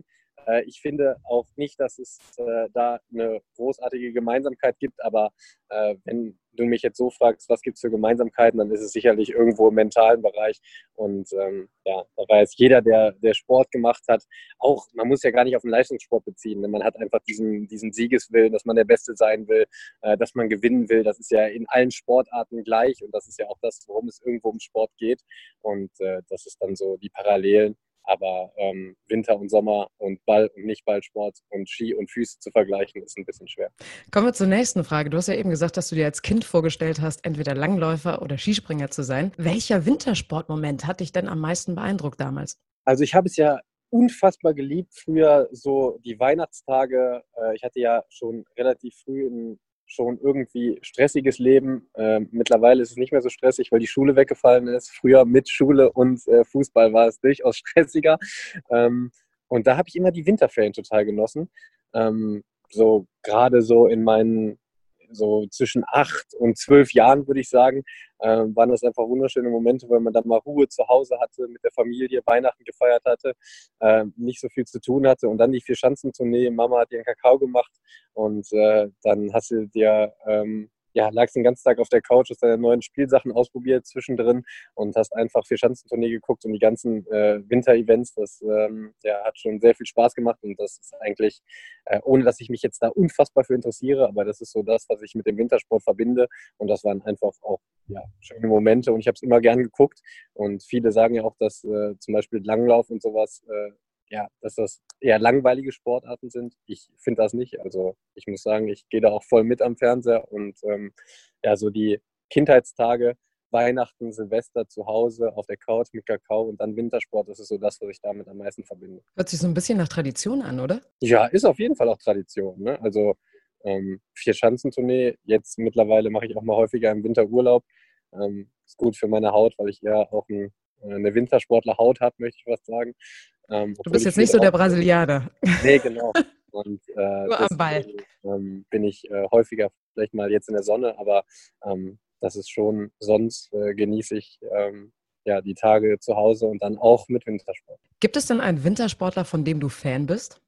äh, ich finde auch nicht, dass es äh, da eine großartige Gemeinsamkeit gibt, aber äh, wenn du mich jetzt so fragst, was gibt es für Gemeinsamkeiten, dann ist es sicherlich irgendwo im mentalen Bereich. Und ähm, ja, da weiß jeder, der, der Sport gemacht hat, auch, man muss ja gar nicht auf den Leistungssport beziehen. Man hat einfach diesen, diesen Siegeswillen, dass man der Beste sein will, äh, dass man gewinnen will. Das ist ja in allen Sportarten gleich und das ist ja auch das, worum es irgendwo im Sport geht. Und äh, das ist dann so die Parallelen. Aber ähm, Winter und Sommer und Ball- und Nicht-Ballsport und Ski und Füße zu vergleichen, ist ein bisschen schwer. Kommen wir zur nächsten Frage. Du hast ja eben gesagt, dass du dir als Kind vorgestellt hast, entweder Langläufer oder Skispringer zu sein. Welcher Wintersportmoment hat dich denn am meisten beeindruckt damals? Also ich habe es ja unfassbar geliebt, früher so die Weihnachtstage. Äh, ich hatte ja schon relativ früh ein schon irgendwie stressiges Leben. Ähm, mittlerweile ist es nicht mehr so stressig, weil die Schule weggefallen ist. Früher mit Schule und äh, Fußball war es durchaus stressiger. Ähm, und da habe ich immer die Winterferien total genossen. Ähm, so gerade so in meinen so zwischen acht und zwölf Jahren, würde ich sagen, äh, waren das einfach wunderschöne Momente, weil man dann mal Ruhe zu Hause hatte, mit der Familie Weihnachten gefeiert hatte, äh, nicht so viel zu tun hatte und dann die Vier-Schanzentournee. Mama hat dir einen Kakao gemacht und äh, dann hast du dir ähm, ja, lagst den ganzen Tag auf der Couch, hast deine neuen Spielsachen ausprobiert zwischendrin und hast einfach Vier-Schanzentournee geguckt und die ganzen äh, Winter-Events. Das ähm, ja, hat schon sehr viel Spaß gemacht und das ist eigentlich, äh, ohne dass ich mich jetzt da unfassbar für interessiere, aber das ist so das, was ich mit dem Wintersport verbinde und das waren einfach auch ja, schöne Momente und ich habe es immer gern geguckt und viele sagen ja auch, dass äh, zum Beispiel Langlauf und sowas äh, ja, dass das eher langweilige Sportarten sind. Ich finde das nicht. Also ich muss sagen, ich gehe da auch voll mit am Fernseher und ähm, ja, so die Kindheitstage, Weihnachten, Silvester zu Hause auf der Couch mit Kakao und dann Wintersport, das ist so das, was ich damit am meisten verbinde. Hört sich so ein bisschen nach Tradition an, oder? Ja, ist auf jeden Fall auch Tradition. Ne? Also ähm, Vier-Schanzentournee, jetzt mittlerweile mache ich auch mal häufiger im Winter Urlaub. Ähm, ist gut für meine Haut, weil ich ja auch ein, eine Wintersportler-Haut habe, möchte ich fast sagen. Ähm, du bist jetzt nicht so der Brasilianer. Nee, genau. Und äh, Nur am Ball. Ähm, bin ich äh, häufiger vielleicht mal jetzt in der Sonne, aber ähm, das ist schon, sonst äh, genieße ich ähm, ja, die Tage zu Hause und dann auch mit Wintersport. Gibt es denn einen Wintersportler, von dem du Fan bist?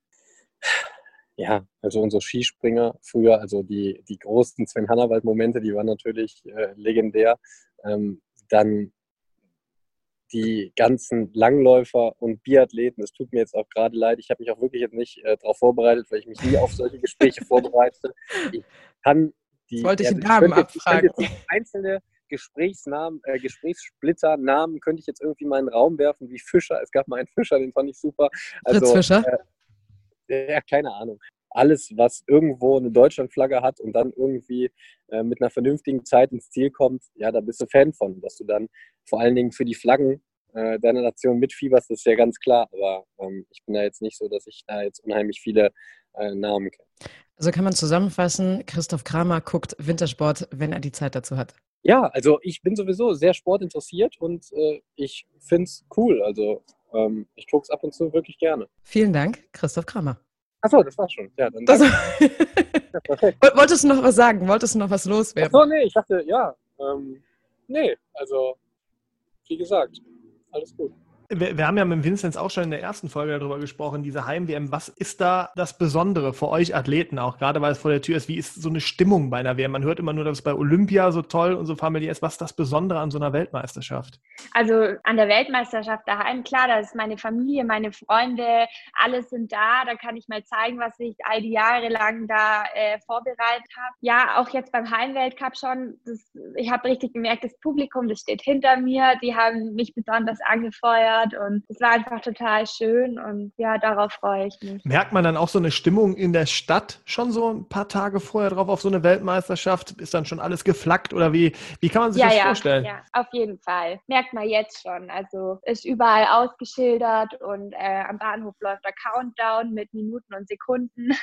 Ja, also unsere Skispringer früher, also die, die großen Sven-Hannawald-Momente, die waren natürlich äh, legendär. Ähm, dann die ganzen Langläufer und Biathleten, das tut mir jetzt auch gerade leid, ich habe mich auch wirklich jetzt nicht äh, darauf vorbereitet, weil ich mich nie auf solche Gespräche vorbereite. Ich kann die das wollte ich ja, den Namen könnte, abfragen. Ich könnte jetzt einzelne Gesprächsnamen, äh, Gesprächssplitter, Namen könnte ich jetzt irgendwie mal in den Raum werfen, wie Fischer. Es gab mal einen Fischer, den fand ich super. Also, Fritz Fischer? Äh, ja, keine Ahnung. Alles, was irgendwo eine Deutschlandflagge hat und dann irgendwie äh, mit einer vernünftigen Zeit ins Ziel kommt, ja, da bist du Fan von. Dass du dann vor allen Dingen für die Flaggen äh, deiner Nation mitfieberst, das ist ja ganz klar. Aber ähm, ich bin da jetzt nicht so, dass ich da jetzt unheimlich viele äh, Namen kenne. Also kann man zusammenfassen, Christoph Kramer guckt Wintersport, wenn er die Zeit dazu hat. Ja, also ich bin sowieso sehr sportinteressiert und äh, ich finde es cool. Also ähm, ich gucke es ab und zu wirklich gerne. Vielen Dank, Christoph Kramer. Achso, das war's schon. Ja, dann Das, ja, perfekt. Wolltest du noch was sagen? Wolltest du noch was loswerden? Achso, nee, ich dachte, ja. Ähm, nee, also, wie gesagt, alles gut. Wir, wir haben ja mit Vinzenz auch schon in der ersten Folge darüber gesprochen, diese Heim-W M. Was ist da das Besondere für euch Athleten auch, gerade weil es vor der Tür ist? Wie ist so eine Stimmung bei einer W M? Man hört immer nur, dass es bei Olympia so toll und so familiär ist. Was ist das Besondere an so einer Weltmeisterschaft? Also an der Weltmeisterschaft daheim, klar, da ist meine Familie, meine Freunde, alle sind da. Da kann ich mal zeigen, was ich all die Jahre lang da äh, vorbereitet habe. Ja, auch jetzt beim Heim-Weltcup schon. Das, ich habe richtig gemerkt, das Publikum, das steht hinter mir. Die haben mich besonders angefeuert. Und es war einfach total schön und ja, darauf freue ich mich. Merkt man dann auch so eine Stimmung in der Stadt schon so ein paar Tage vorher drauf auf so eine Weltmeisterschaft? Ist dann schon alles geflaggt oder wie, wie kann man sich ja, das ja, vorstellen? Ja, auf jeden Fall. Merkt man jetzt schon. Also ist überall ausgeschildert und äh, am Bahnhof läuft der Countdown mit Minuten und Sekunden.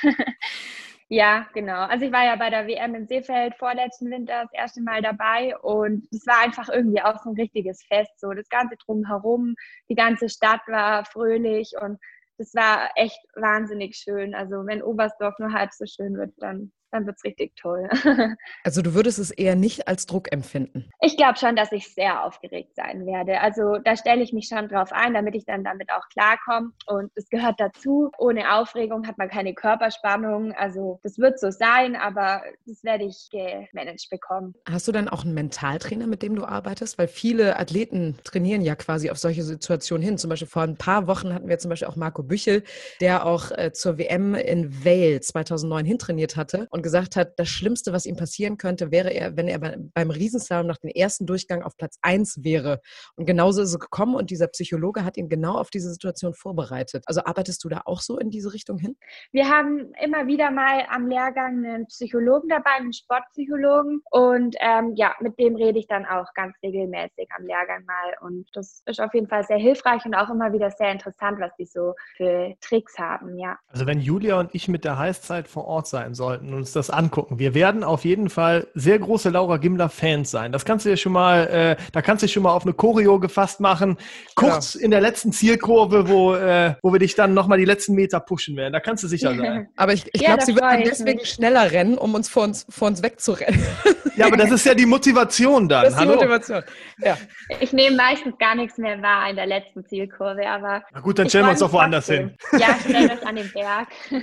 Ja, genau. Also ich war ja bei der W M in Seefeld vorletzten Winter das erste Mal dabei und es war einfach irgendwie auch so ein richtiges Fest. So das Ganze drumherum, die ganze Stadt war fröhlich und das war echt wahnsinnig schön. Also wenn Oberstdorf nur halb so schön wird, dann dann wird es richtig toll. Also du würdest es eher nicht als Druck empfinden? Ich glaube schon, dass ich sehr aufgeregt sein werde. Also da stelle ich mich schon drauf ein, damit ich dann damit auch klarkomme. Und es gehört dazu. Ohne Aufregung hat man keine Körperspannung. Also das wird so sein, aber das werde ich gemanagt bekommen. Hast du dann auch einen Mentaltrainer, mit dem du arbeitest? Weil viele Athleten trainieren ja quasi auf solche Situationen hin. Zum Beispiel vor ein paar Wochen hatten wir zum Beispiel auch Marco Büchel, der auch äh, zur W M in Vail zweitausendneun hintrainiert hatte und gesagt hat, das Schlimmste, was ihm passieren könnte, wäre er, wenn er beim Riesenslalom nach dem ersten Durchgang auf Platz eins wäre. Und genauso ist es gekommen und dieser Psychologe hat ihn genau auf diese Situation vorbereitet. Also arbeitest du da auch so in diese Richtung hin? Wir haben immer wieder mal am Lehrgang einen Psychologen dabei, einen Sportpsychologen und ähm, ja, mit dem rede ich dann auch ganz regelmäßig am Lehrgang mal und das ist auf jeden Fall sehr hilfreich und auch immer wieder sehr interessant, was die so für Tricks haben, ja. Also wenn Julia und ich mit der Heißzeit vor Ort sein sollten und uns das angucken, wir werden auf jeden Fall sehr große Laura Gimler-Fans sein. Das kannst du dir schon mal, äh, da kannst du dich schon mal auf eine Choreo gefasst machen. Kurz ja. in der letzten Zielkurve, wo, äh, wo wir dich dann nochmal die letzten Meter pushen werden. Da kannst du sicher sein. Aber ich, ich ja, glaube, sie wird dann deswegen mich. schneller rennen, um uns vor uns, vor uns wegzurennen. Ja, aber das ist ja die Motivation dann. Das ist die Hallo? Motivation. Ja. Ich nehme meistens gar nichts mehr wahr in der letzten Zielkurve, aber... Na gut, dann stellen wir uns doch woanders hin. Ja, stellen uns an den Berg.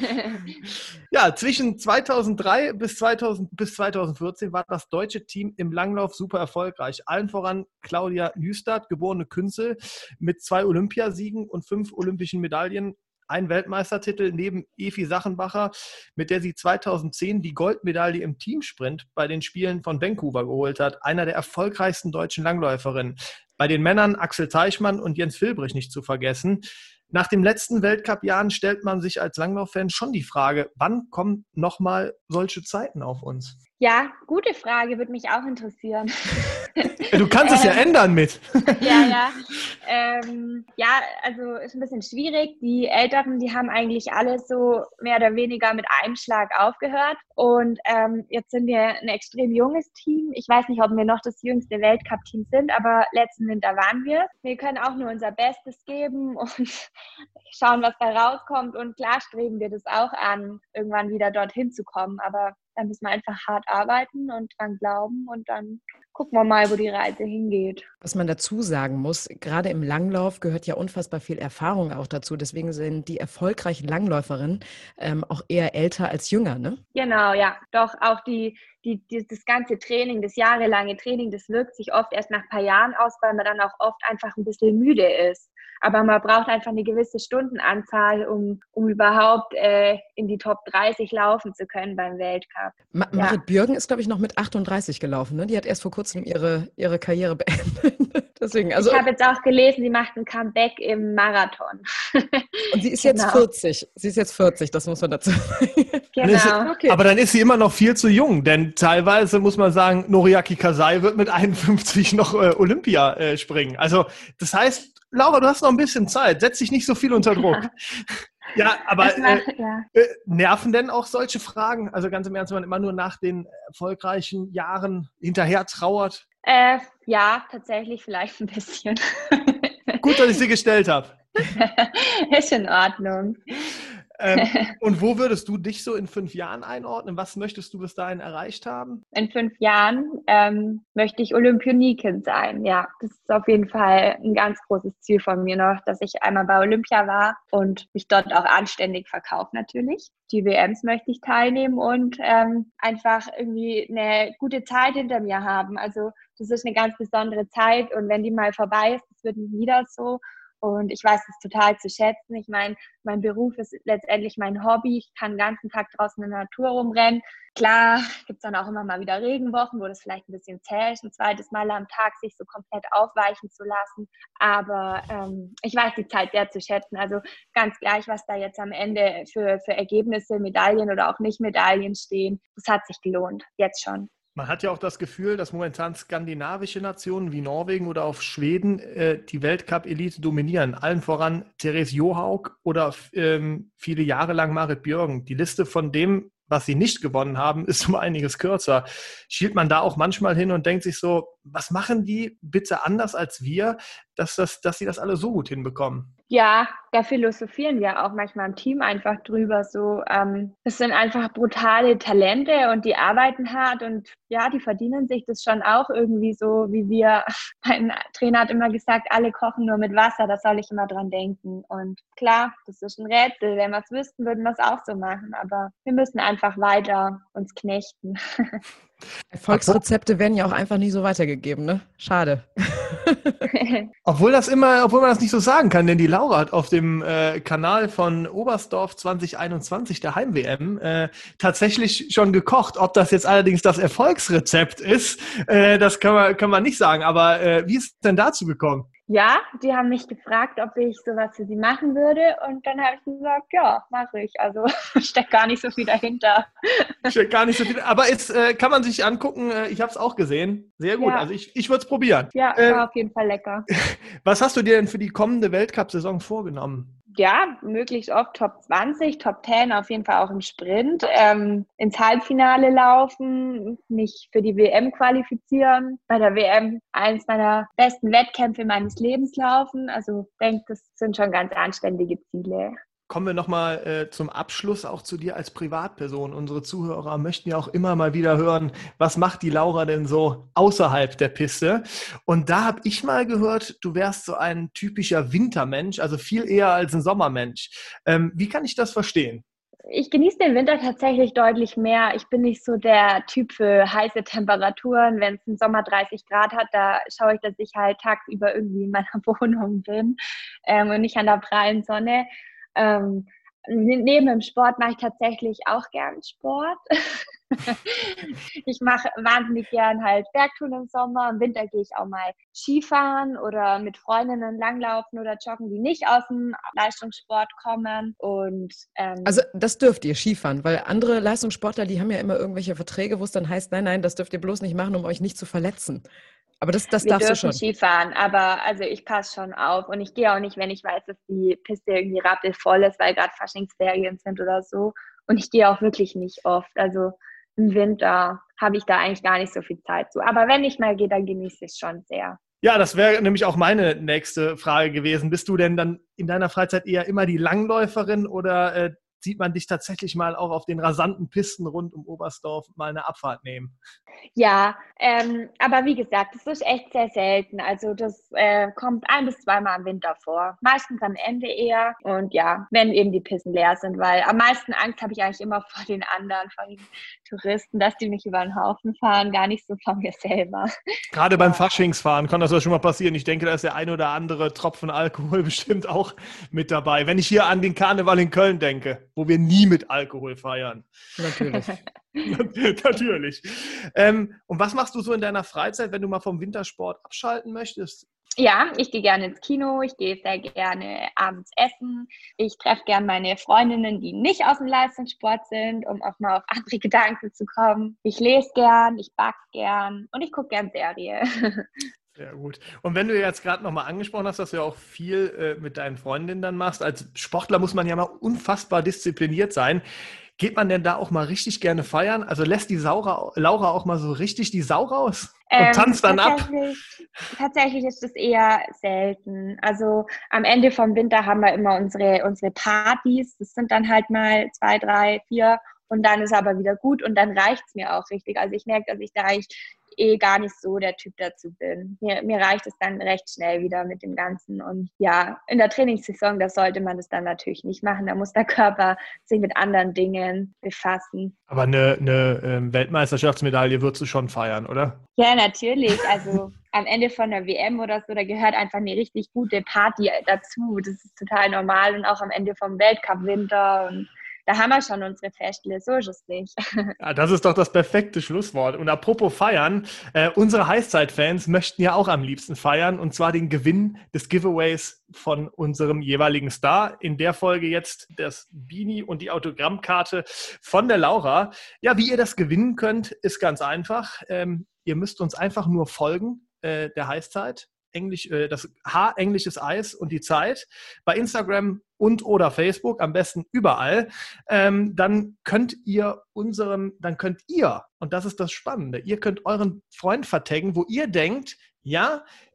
Ja, zwischen zweitausenddrei bis, zweitausend, bis zweitausendvierzehn war das deutsche Team im Langlauf super erfolgreich. Allen voran Claudia Nüstad, geborene Künzel, mit zwei Olympiasiegen und fünf olympischen Medaillen. Ein Weltmeistertitel neben Evi Sachenbacher, mit der sie zweitausendzehn die Goldmedaille im Teamsprint bei den Spielen von Vancouver geholt hat. Einer der erfolgreichsten deutschen Langläuferinnen. Bei den Männern Axel Teichmann und Jens Filbrich nicht zu vergessen. Nach den letzten Weltcup-Jahren stellt man sich als Langlauf-Fan schon die Frage, wann kommen nochmal solche Zeiten auf uns? Ja, gute Frage, würde mich auch interessieren. Du kannst es ja ähm, ändern mit. Ja, ja. Ähm, ja, also ist ein bisschen schwierig. Die Älteren, die haben eigentlich alle so mehr oder weniger mit einem Schlag aufgehört. Und ähm, jetzt sind wir ein extrem junges Team. Ich weiß nicht, ob wir noch das jüngste Weltcup-Team sind, aber letzten Winter waren wir. Wir können auch nur unser Bestes geben und schauen, was da rauskommt. Und klar streben wir das auch an, irgendwann wieder dorthin zu kommen. Aber da müssen wir einfach hart arbeiten und dran glauben und dann gucken wir mal, wo die Reise hingeht. Was man dazu sagen muss, gerade im Langlauf gehört ja unfassbar viel Erfahrung auch dazu. Deswegen sind die erfolgreichen Langläuferinnen ähm, auch eher älter als jünger, ne? Genau, ja. Doch auch die, die, die, das ganze Training, das jahrelange Training, das wirkt sich oft erst nach ein paar Jahren aus, weil man dann auch oft einfach ein bisschen müde ist. Aber man braucht einfach eine gewisse Stundenanzahl, um, um überhaupt äh, in die Top dreißig laufen zu können beim Weltcup. Ma- Ja. Marit Björgen ist, glaube ich, noch mit achtunddreißig gelaufen. Ne? Die hat erst vor kurzem ihre, ihre Karriere beendet. Deswegen, also, ich habe jetzt auch gelesen, sie macht ein Comeback im Marathon. und sie ist Genau. jetzt vierzig. Sie ist jetzt vierzig, das muss man dazu sagen. Dann ist sie, Genau. Okay. aber dann ist sie immer noch viel zu jung, denn teilweise muss man sagen, Noriaki Kasai wird mit einundfünfzig noch äh, Olympia äh, springen. Also das heißt, Laura, du hast noch ein bisschen Zeit, setz dich nicht so viel unter Druck. Ja, aber Das war- äh, ja. äh, nerven denn auch solche Fragen? Also ganz im Ernst, wenn man immer nur nach den erfolgreichen Jahren hinterher trauert. Äh, ja, tatsächlich vielleicht ein bisschen. Gut, dass ich sie gestellt habe. Ist in Ordnung. Ähm, und wo würdest du dich so in fünf Jahren einordnen? Was möchtest du bis dahin erreicht haben? In fünf Jahren ähm, möchte ich Olympionikin sein. Ja, das ist auf jeden Fall ein ganz großes Ziel von mir noch, dass ich einmal bei Olympia war und mich dort auch anständig verkaufe natürlich. Die W Ms möchte ich teilnehmen und ähm, einfach irgendwie eine gute Zeit hinter mir haben. Also das ist eine ganz besondere Zeit und wenn die mal vorbei ist, das wird nie wieder so. Und ich weiß das total zu schätzen. Ich meine, mein Beruf ist letztendlich mein Hobby. Ich kann den ganzen Tag draußen in der Natur rumrennen. Klar gibt es dann auch immer mal wieder Regenwochen, wo das vielleicht ein bisschen zäh ist, ein zweites Mal am Tag sich so komplett aufweichen zu lassen. Aber ähm, ich weiß die Zeit sehr zu schätzen. Also ganz gleich, was da jetzt am Ende für, für Ergebnisse, Medaillen oder auch nicht Medaillen stehen, das hat sich gelohnt, jetzt schon. Man hat ja auch das Gefühl, dass momentan skandinavische Nationen wie Norwegen oder auch Schweden äh, die Weltcup-Elite dominieren. Allen voran Therese Johaug oder ähm, viele Jahre lang Marit Björgen. Die Liste von dem, was sie nicht gewonnen haben, ist um einiges kürzer. Schielt man da auch manchmal hin und denkt sich so, was machen die bitte anders als wir, dass, das, dass sie das alle so gut hinbekommen? Ja, da philosophieren wir auch manchmal im Team einfach drüber. So, ähm, das sind einfach brutale Talente und die arbeiten hart und ja, die verdienen sich das schon auch irgendwie so, wie wir. Mein Trainer hat immer gesagt, alle kochen nur mit Wasser, da soll ich immer dran denken. Und klar, das ist ein Rätsel. Wenn wir es wüssten, würden wir es auch so machen. Aber wir müssen einfach weiter uns knechten. Erfolgsrezepte werden ja auch einfach nicht so weitergegeben, ne? Schade. Obwohl das immer, obwohl man das nicht so sagen kann, denn die Laura hat auf dem äh, Kanal von Oberstdorf zwanzig einundzwanzig, der Heim-W M, äh, tatsächlich schon gekocht. Ob das jetzt allerdings das Erfolgsrezept ist, äh, das kann man, kann man nicht sagen. Aber äh, wie ist es denn dazu gekommen? Ja, die haben mich gefragt, ob ich sowas für sie machen würde und dann habe ich gesagt, ja, mache ich. Also steckt gar nicht so viel dahinter. Steckt gar nicht so viel. Aber es äh, kann man sich angucken. Äh, ich habe es auch gesehen. Sehr gut. Ja. Also ich, ich würde es probieren. Ja, Äh, war auf jeden Fall lecker. Was hast du dir denn für die kommende Weltcup-Saison vorgenommen? Ja, möglichst oft Top zwanzig, Top zehn, auf jeden Fall auch im Sprint, ähm, ins Halbfinale laufen, mich für die W M qualifizieren, bei der W M eins meiner besten Wettkämpfe meines Lebens laufen. Also ich denke, das sind schon ganz anständige Ziele. Kommen wir nochmal äh, zum Abschluss auch zu dir als Privatperson. Unsere Zuhörer möchten ja auch immer mal wieder hören, was macht die Laura denn so außerhalb der Piste? Und da habe ich mal gehört, du wärst so ein typischer Wintermensch, also viel eher als ein Sommermensch. Ähm, wie kann ich das verstehen? Ich genieße den Winter tatsächlich deutlich mehr. Ich bin nicht so der Typ für heiße Temperaturen. Wenn es im Sommer dreißig Grad hat, da schaue ich, dass ich halt tagsüber irgendwie in meiner Wohnung bin ähm, und nicht an der prallen Sonne. Ähm, neben dem Sport mache ich tatsächlich auch gern Sport. Ich mache wahnsinnig gern halt Bergtouren im Sommer. Im Winter gehe ich auch mal Skifahren oder mit Freundinnen langlaufen oder joggen, die nicht aus dem Leistungssport kommen. Und ähm, Also das dürft ihr, Skifahren, weil andere Leistungssportler, die haben ja immer irgendwelche Verträge, wo es dann heißt, nein, nein, das dürft ihr bloß nicht machen, um euch nicht zu verletzen. Aber das, das wir darfst du dürfen schon. Skifahren, aber also ich passe schon auf und ich gehe auch nicht, wenn ich weiß, dass die Piste irgendwie rappelvoll ist, weil gerade Faschingsferien sind oder so. Und ich gehe auch wirklich nicht oft. Also im Winter habe ich da eigentlich gar nicht so viel Zeit zu. Aber wenn ich mal gehe, dann genieße ich es schon sehr. Ja, das wäre nämlich auch meine nächste Frage gewesen. Bist du denn dann in deiner Freizeit eher immer die Langläuferin oder äh, sieht man dich tatsächlich mal auch auf den rasanten Pisten rund um Oberstdorf mal eine Abfahrt nehmen? Ja, ähm, aber wie gesagt, das ist echt sehr selten. Also das äh, kommt ein- bis zweimal im Winter vor. Meistens am Ende eher. Und ja, wenn eben die Pisten leer sind, weil am meisten Angst habe ich eigentlich immer vor den anderen, vor den Touristen, dass die mich über den Haufen fahren, gar nicht so vor mir selber. Gerade beim Faschingsfahren kann das ja schon mal passieren. Ich denke, da ist der ein oder andere Tropfen Alkohol bestimmt auch mit dabei. Wenn ich hier an den Karneval in Köln denke, wo wir nie mit Alkohol feiern. Natürlich. Natürlich. Ähm, und was machst du so in deiner Freizeit, wenn du mal vom Wintersport abschalten möchtest? Ja, ich gehe gerne ins Kino, ich gehe sehr gerne abends essen. Ich treffe gerne meine Freundinnen, die nicht aus dem Leistungssport sind, um auch mal auf andere Gedanken zu kommen. Ich lese gern, ich backe gern und ich gucke gern Serie. Sehr gut. Und wenn du jetzt gerade nochmal angesprochen hast, dass du ja auch viel äh, mit deinen Freundinnen dann machst, als Sportler muss man ja mal unfassbar diszipliniert sein. Geht man denn da auch mal richtig gerne feiern? Also lässt die Saura, Laura auch mal so richtig die Sau raus und Ähm, tanzt dann ab? tatsächlich, tatsächlich ist es eher selten. Also am Ende vom Winter haben wir immer unsere, unsere Partys. Das sind dann halt mal zwei, drei, vier und dann ist aber wieder gut und dann reicht es mir auch richtig. Also ich merke, dass ich da eigentlich eh gar nicht so der Typ dazu bin. Mir, mir reicht es dann recht schnell wieder mit dem Ganzen. Und ja, in der Trainingssaison, da sollte man das dann natürlich nicht machen. Da muss der Körper sich mit anderen Dingen befassen. Aber eine, eine ähm, Weltmeisterschaftsmedaille würdest du schon feiern, oder? Ja, natürlich. Also am Ende von der W M oder so, da gehört einfach eine richtig gute Party dazu. Das ist total normal. Und auch am Ende vom Weltcup-Winter und da haben wir schon unsere Festle, so ist es nicht. Ja, das ist doch das perfekte Schlusswort. Und apropos feiern, äh, unsere Heißzeit-Fans möchten ja auch am liebsten feiern, und zwar den Gewinn des Giveaways von unserem jeweiligen Star. In der Folge jetzt das Beanie und die Autogrammkarte von der Laura. Ja, wie ihr das gewinnen könnt, ist ganz einfach. Ähm, ihr müsst uns einfach nur folgen, äh, der Heißzeit. Englisch, äh, das H, englisches Eis und die Zeit, bei Instagram und oder Facebook, am besten überall, ähm, dann könnt ihr unserem, dann könnt ihr, und das ist das Spannende, ihr könnt euren Freund vertaggen, wo ihr denkt, ja,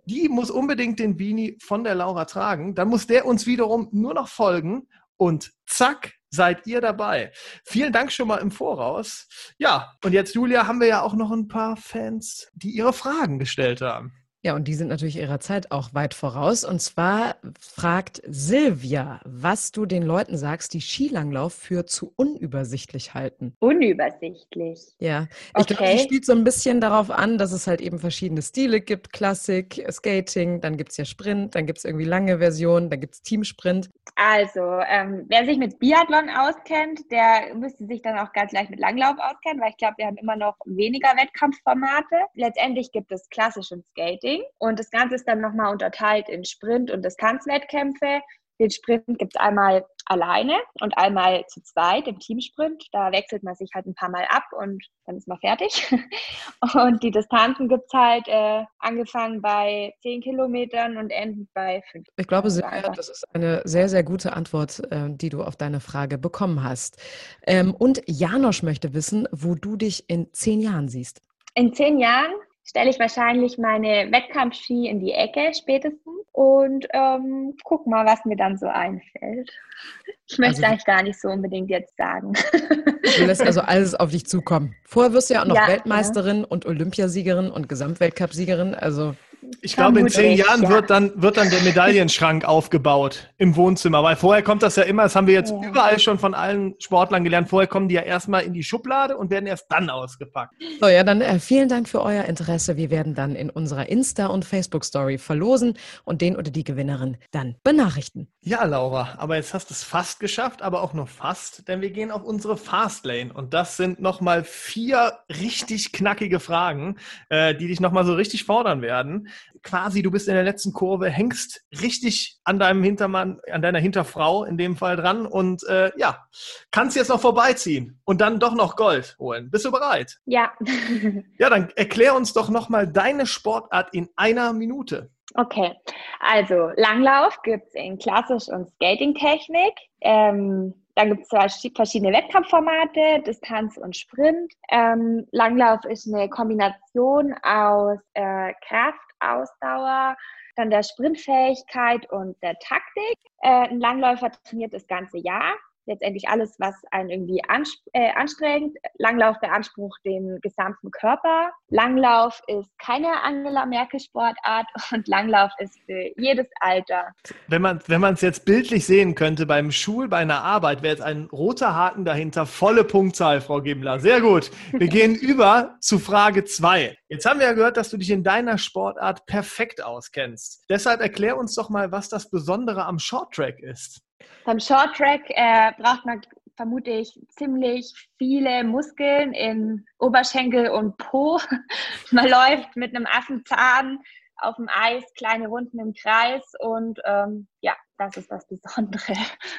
die muss unbedingt den Beanie von der Laura tragen. Dann muss der uns wiederum nur noch folgen und zack, seid ihr dabei. Vielen Dank schon mal im Voraus. Ja, und jetzt, Julia, haben wir ja auch noch ein paar Fans, die ihre Fragen gestellt haben. Ja, und die sind natürlich ihrer Zeit auch weit voraus. Und zwar fragt Silvia, was du den Leuten sagst, die Skilanglauf für zu unübersichtlich halten. Unübersichtlich? Ja, ich Okay. glaube, sie spielt so ein bisschen darauf an, dass es halt eben verschiedene Stile gibt. Klassik, Skating, dann gibt es ja Sprint, dann gibt es irgendwie lange Versionen, dann gibt es Teamsprint. Also, ähm, wer sich mit Biathlon auskennt, der müsste sich dann auch ganz leicht mit Langlauf auskennen, weil ich glaube, wir haben immer noch weniger Wettkampfformate. Letztendlich gibt es klassisch und Skating und das Ganze ist dann nochmal unterteilt in Sprint- und Distanzwettkämpfe. Den Sprint gibt es einmal alleine und einmal zu zweit im Teamsprint. Da wechselt man sich halt ein paar Mal ab und dann ist man fertig. Und die Distanzen gibt es halt äh, angefangen bei zehn Kilometern und endend bei fünf. Ich glaube, Also Silvia, einfach- das ist eine sehr, sehr gute Antwort, äh, die du auf deine Frage bekommen hast. Ähm, und Janosch möchte wissen, wo du dich in zehn Jahren siehst. In zehn Jahren stelle ich wahrscheinlich meine Wettkampfski in die Ecke spätestens und ähm, guck mal, was mir dann so einfällt. Ich möchte Also- eigentlich gar nicht so unbedingt jetzt sagen. Du lässt also alles auf dich zukommen. Vorher wirst du ja auch noch Ja, Weltmeisterin und Olympiasiegerin und Gesamtweltcup-Siegerin. Also Ich glaube, in zehn Vermutlich, Jahren ja. wird dann, wird dann der Medaillenschrank aufgebaut im Wohnzimmer, weil vorher kommt das ja immer, das haben wir jetzt Ja. überall schon von allen Sportlern gelernt, vorher kommen die ja erstmal in die Schublade und werden erst dann ausgepackt. So, ja, dann äh, vielen Dank für euer Interesse. Wir werden dann in unserer Insta- und Facebook-Story verlosen und den oder die Gewinnerin dann benachrichtigen. Ja, Laura, aber jetzt hast du es fast geschafft, aber auch nur fast, denn wir gehen auf unsere Fastlane und das sind nochmal vier richtig knackige Fragen, äh, die dich nochmal so richtig fordern werden. Quasi, du bist in der letzten Kurve, hängst richtig an deinem Hintermann, an deiner Hinterfrau in dem Fall dran und äh, ja, kannst jetzt noch vorbeiziehen und dann doch noch Gold holen. Bist du bereit? Ja, Ja, dann erklär uns doch nochmal deine Sportart in einer Minute. okay. Also Langlauf gibt es in Klassisch- und Skating-Technik. Ähm, dann gibt es verschiedene Wettkampfformate, Distanz und Sprint. Ähm, Langlauf ist eine Kombination aus äh, Kraft, Ausdauer, dann der Sprintfähigkeit und der Taktik. Äh, ein Langläufer trainiert das ganze Jahr. Letztendlich alles, was einen irgendwie ans- äh, anstrengt. Langlauf beansprucht den gesamten Körper. Langlauf ist keine Angela Merkel-Sportart und Langlauf ist für jedes Alter. Wenn man wenn man es jetzt bildlich sehen könnte, beim Schul, bei einer Arbeit, wäre jetzt ein roter Haken dahinter, volle Punktzahl, Frau Gimmler. Sehr gut. Wir gehen über zu Frage zwei. Jetzt haben wir ja gehört, dass du dich in deiner Sportart perfekt auskennst. Deshalb erklär uns doch mal, was das Besondere am Shorttrack ist. Beim Shorttrack äh, braucht man, vermute ich, ziemlich viele Muskeln in Oberschenkel und Po. Man läuft mit einem Affenzahn auf dem Eis, kleine Runden im Kreis und ähm, ja, das ist das Besondere.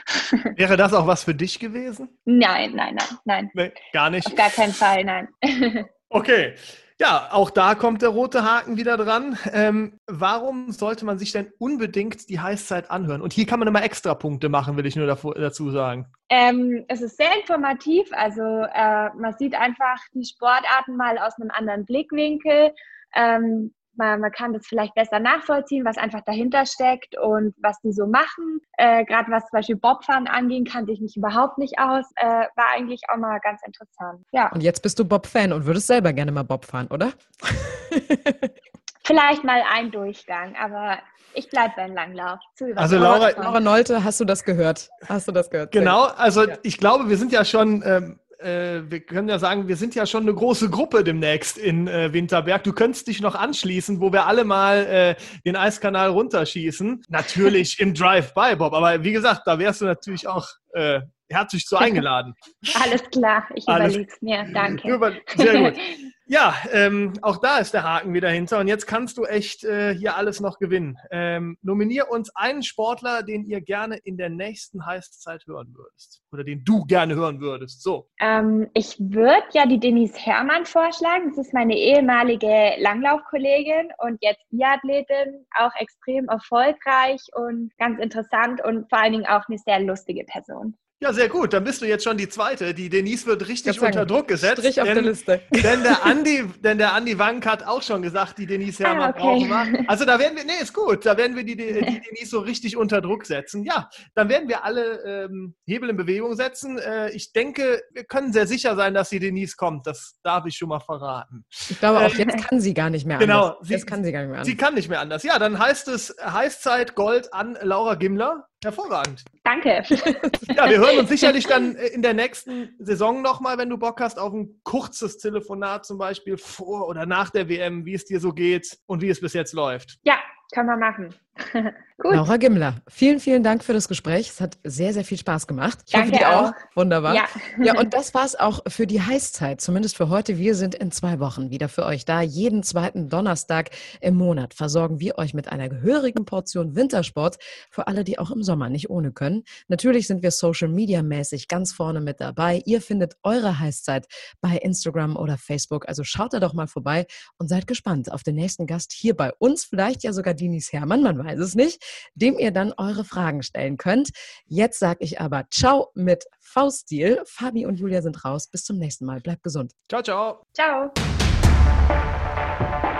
Wäre das auch was für dich gewesen? Nein, nein, nein, nein. Nee, gar nicht. Auf gar keinen Fall, nein. Okay. Ja, auch da kommt der rote Haken wieder dran. Ähm, warum sollte man sich denn unbedingt die Heißzeit anhören? Und hier kann man immer Extrapunkte machen, will ich nur davor, dazu sagen. Ähm, es ist sehr informativ, also äh, man sieht einfach die Sportarten mal aus einem anderen Blickwinkel. Ähm, man, man kann das vielleicht besser nachvollziehen, was einfach dahinter steckt und was die so machen. Äh, Gerade was zum Beispiel Bobfahren anging, kannte ich mich überhaupt nicht aus. Äh, war eigentlich auch mal ganz interessant. Ja, Und jetzt bist du Bob-Fan und würdest selber gerne mal Bob fahren, oder? vielleicht mal ein Durchgang, aber ich bleibe beim Langlauf. Zu Also überzeugt Laura- von. Laura Nolte, hast du das gehört? Hast du das gehört? Sehr Genau, gut. also Ja. ich glaube, wir sind ja schon, ähm, äh, wir können ja sagen, wir sind ja schon eine große Gruppe demnächst in äh, Winterberg. Du könntest dich noch anschließen, wo wir alle mal äh, den Eiskanal runterschießen. Natürlich im Drive-By, Bob, aber wie gesagt, da wärst du natürlich auch äh, herzlich zu eingeladen. Alles klar, ich Alles- überlege es mir. Danke. Über- Sehr gut. Ja, ähm, auch da ist der Haken wieder hinter und jetzt kannst du echt äh, hier alles noch gewinnen. Ähm, nominier uns einen Sportler, den ihr gerne in der nächsten Heißzeit hören würdest oder den du gerne hören würdest. So. Ähm, ich würde ja die Denise Herrmann vorschlagen. Das ist meine ehemalige Langlaufkollegin und jetzt Biathletin, auch extrem erfolgreich und ganz interessant und vor allen Dingen auch eine sehr lustige Person. Ja, sehr gut. Dann bist du jetzt schon die Zweite. Die Denise wird richtig sagen, unter Druck gesetzt. Strich auf denn, der Liste. Denn der Andi, denn der Andi Wank hat auch schon gesagt, die Denise Herrmann Ah, okay. brauchen wir. Also da werden wir, nee, ist gut. Da werden wir die, die Denise so richtig unter Druck setzen. Ja, dann werden wir alle ähm, Hebel in Bewegung setzen. Äh, ich denke, wir können sehr sicher sein, dass die Denise kommt. Das darf ich schon mal verraten. Ich glaube, auch Ähm, jetzt kann sie gar nicht mehr Genau. anders. Jetzt kann sie gar nicht mehr anders. Sie kann nicht mehr anders. Ja, dann heißt es Heißzeit Gold an Laura Gimler. Hervorragend. Danke. Ja, wir hören uns sicherlich dann in der nächsten Saison nochmal, wenn du Bock hast, auf ein kurzes Telefonat zum Beispiel vor oder nach der W M, wie es dir so geht und wie es bis jetzt läuft. Ja, können wir machen. Gut. Laura Gimler, vielen, vielen Dank für das Gespräch. Es hat sehr, sehr viel Spaß gemacht. Ich Danke hoffe, dir auch. auch. Wunderbar. Ja. Ja, und das war's auch für die Heißzeit, zumindest für heute. Wir sind in zwei Wochen wieder für euch da. Jeden zweiten Donnerstag im Monat versorgen wir euch mit einer gehörigen Portion Wintersport für alle, die auch im Sommer nicht ohne können. Natürlich sind wir Social-Media-mäßig ganz vorne mit dabei. Ihr findet eure Heißzeit bei Instagram oder Facebook. Also schaut da doch mal vorbei und seid gespannt auf den nächsten Gast hier bei uns. Vielleicht ja sogar Denise Herrmann, man weiß es nicht, dem ihr dann eure Fragen stellen könnt. Jetzt sage ich aber ciao mit V-Stil. Fabi und Julia sind raus. Bis zum nächsten Mal. Bleibt gesund. Ciao, ciao. Ciao.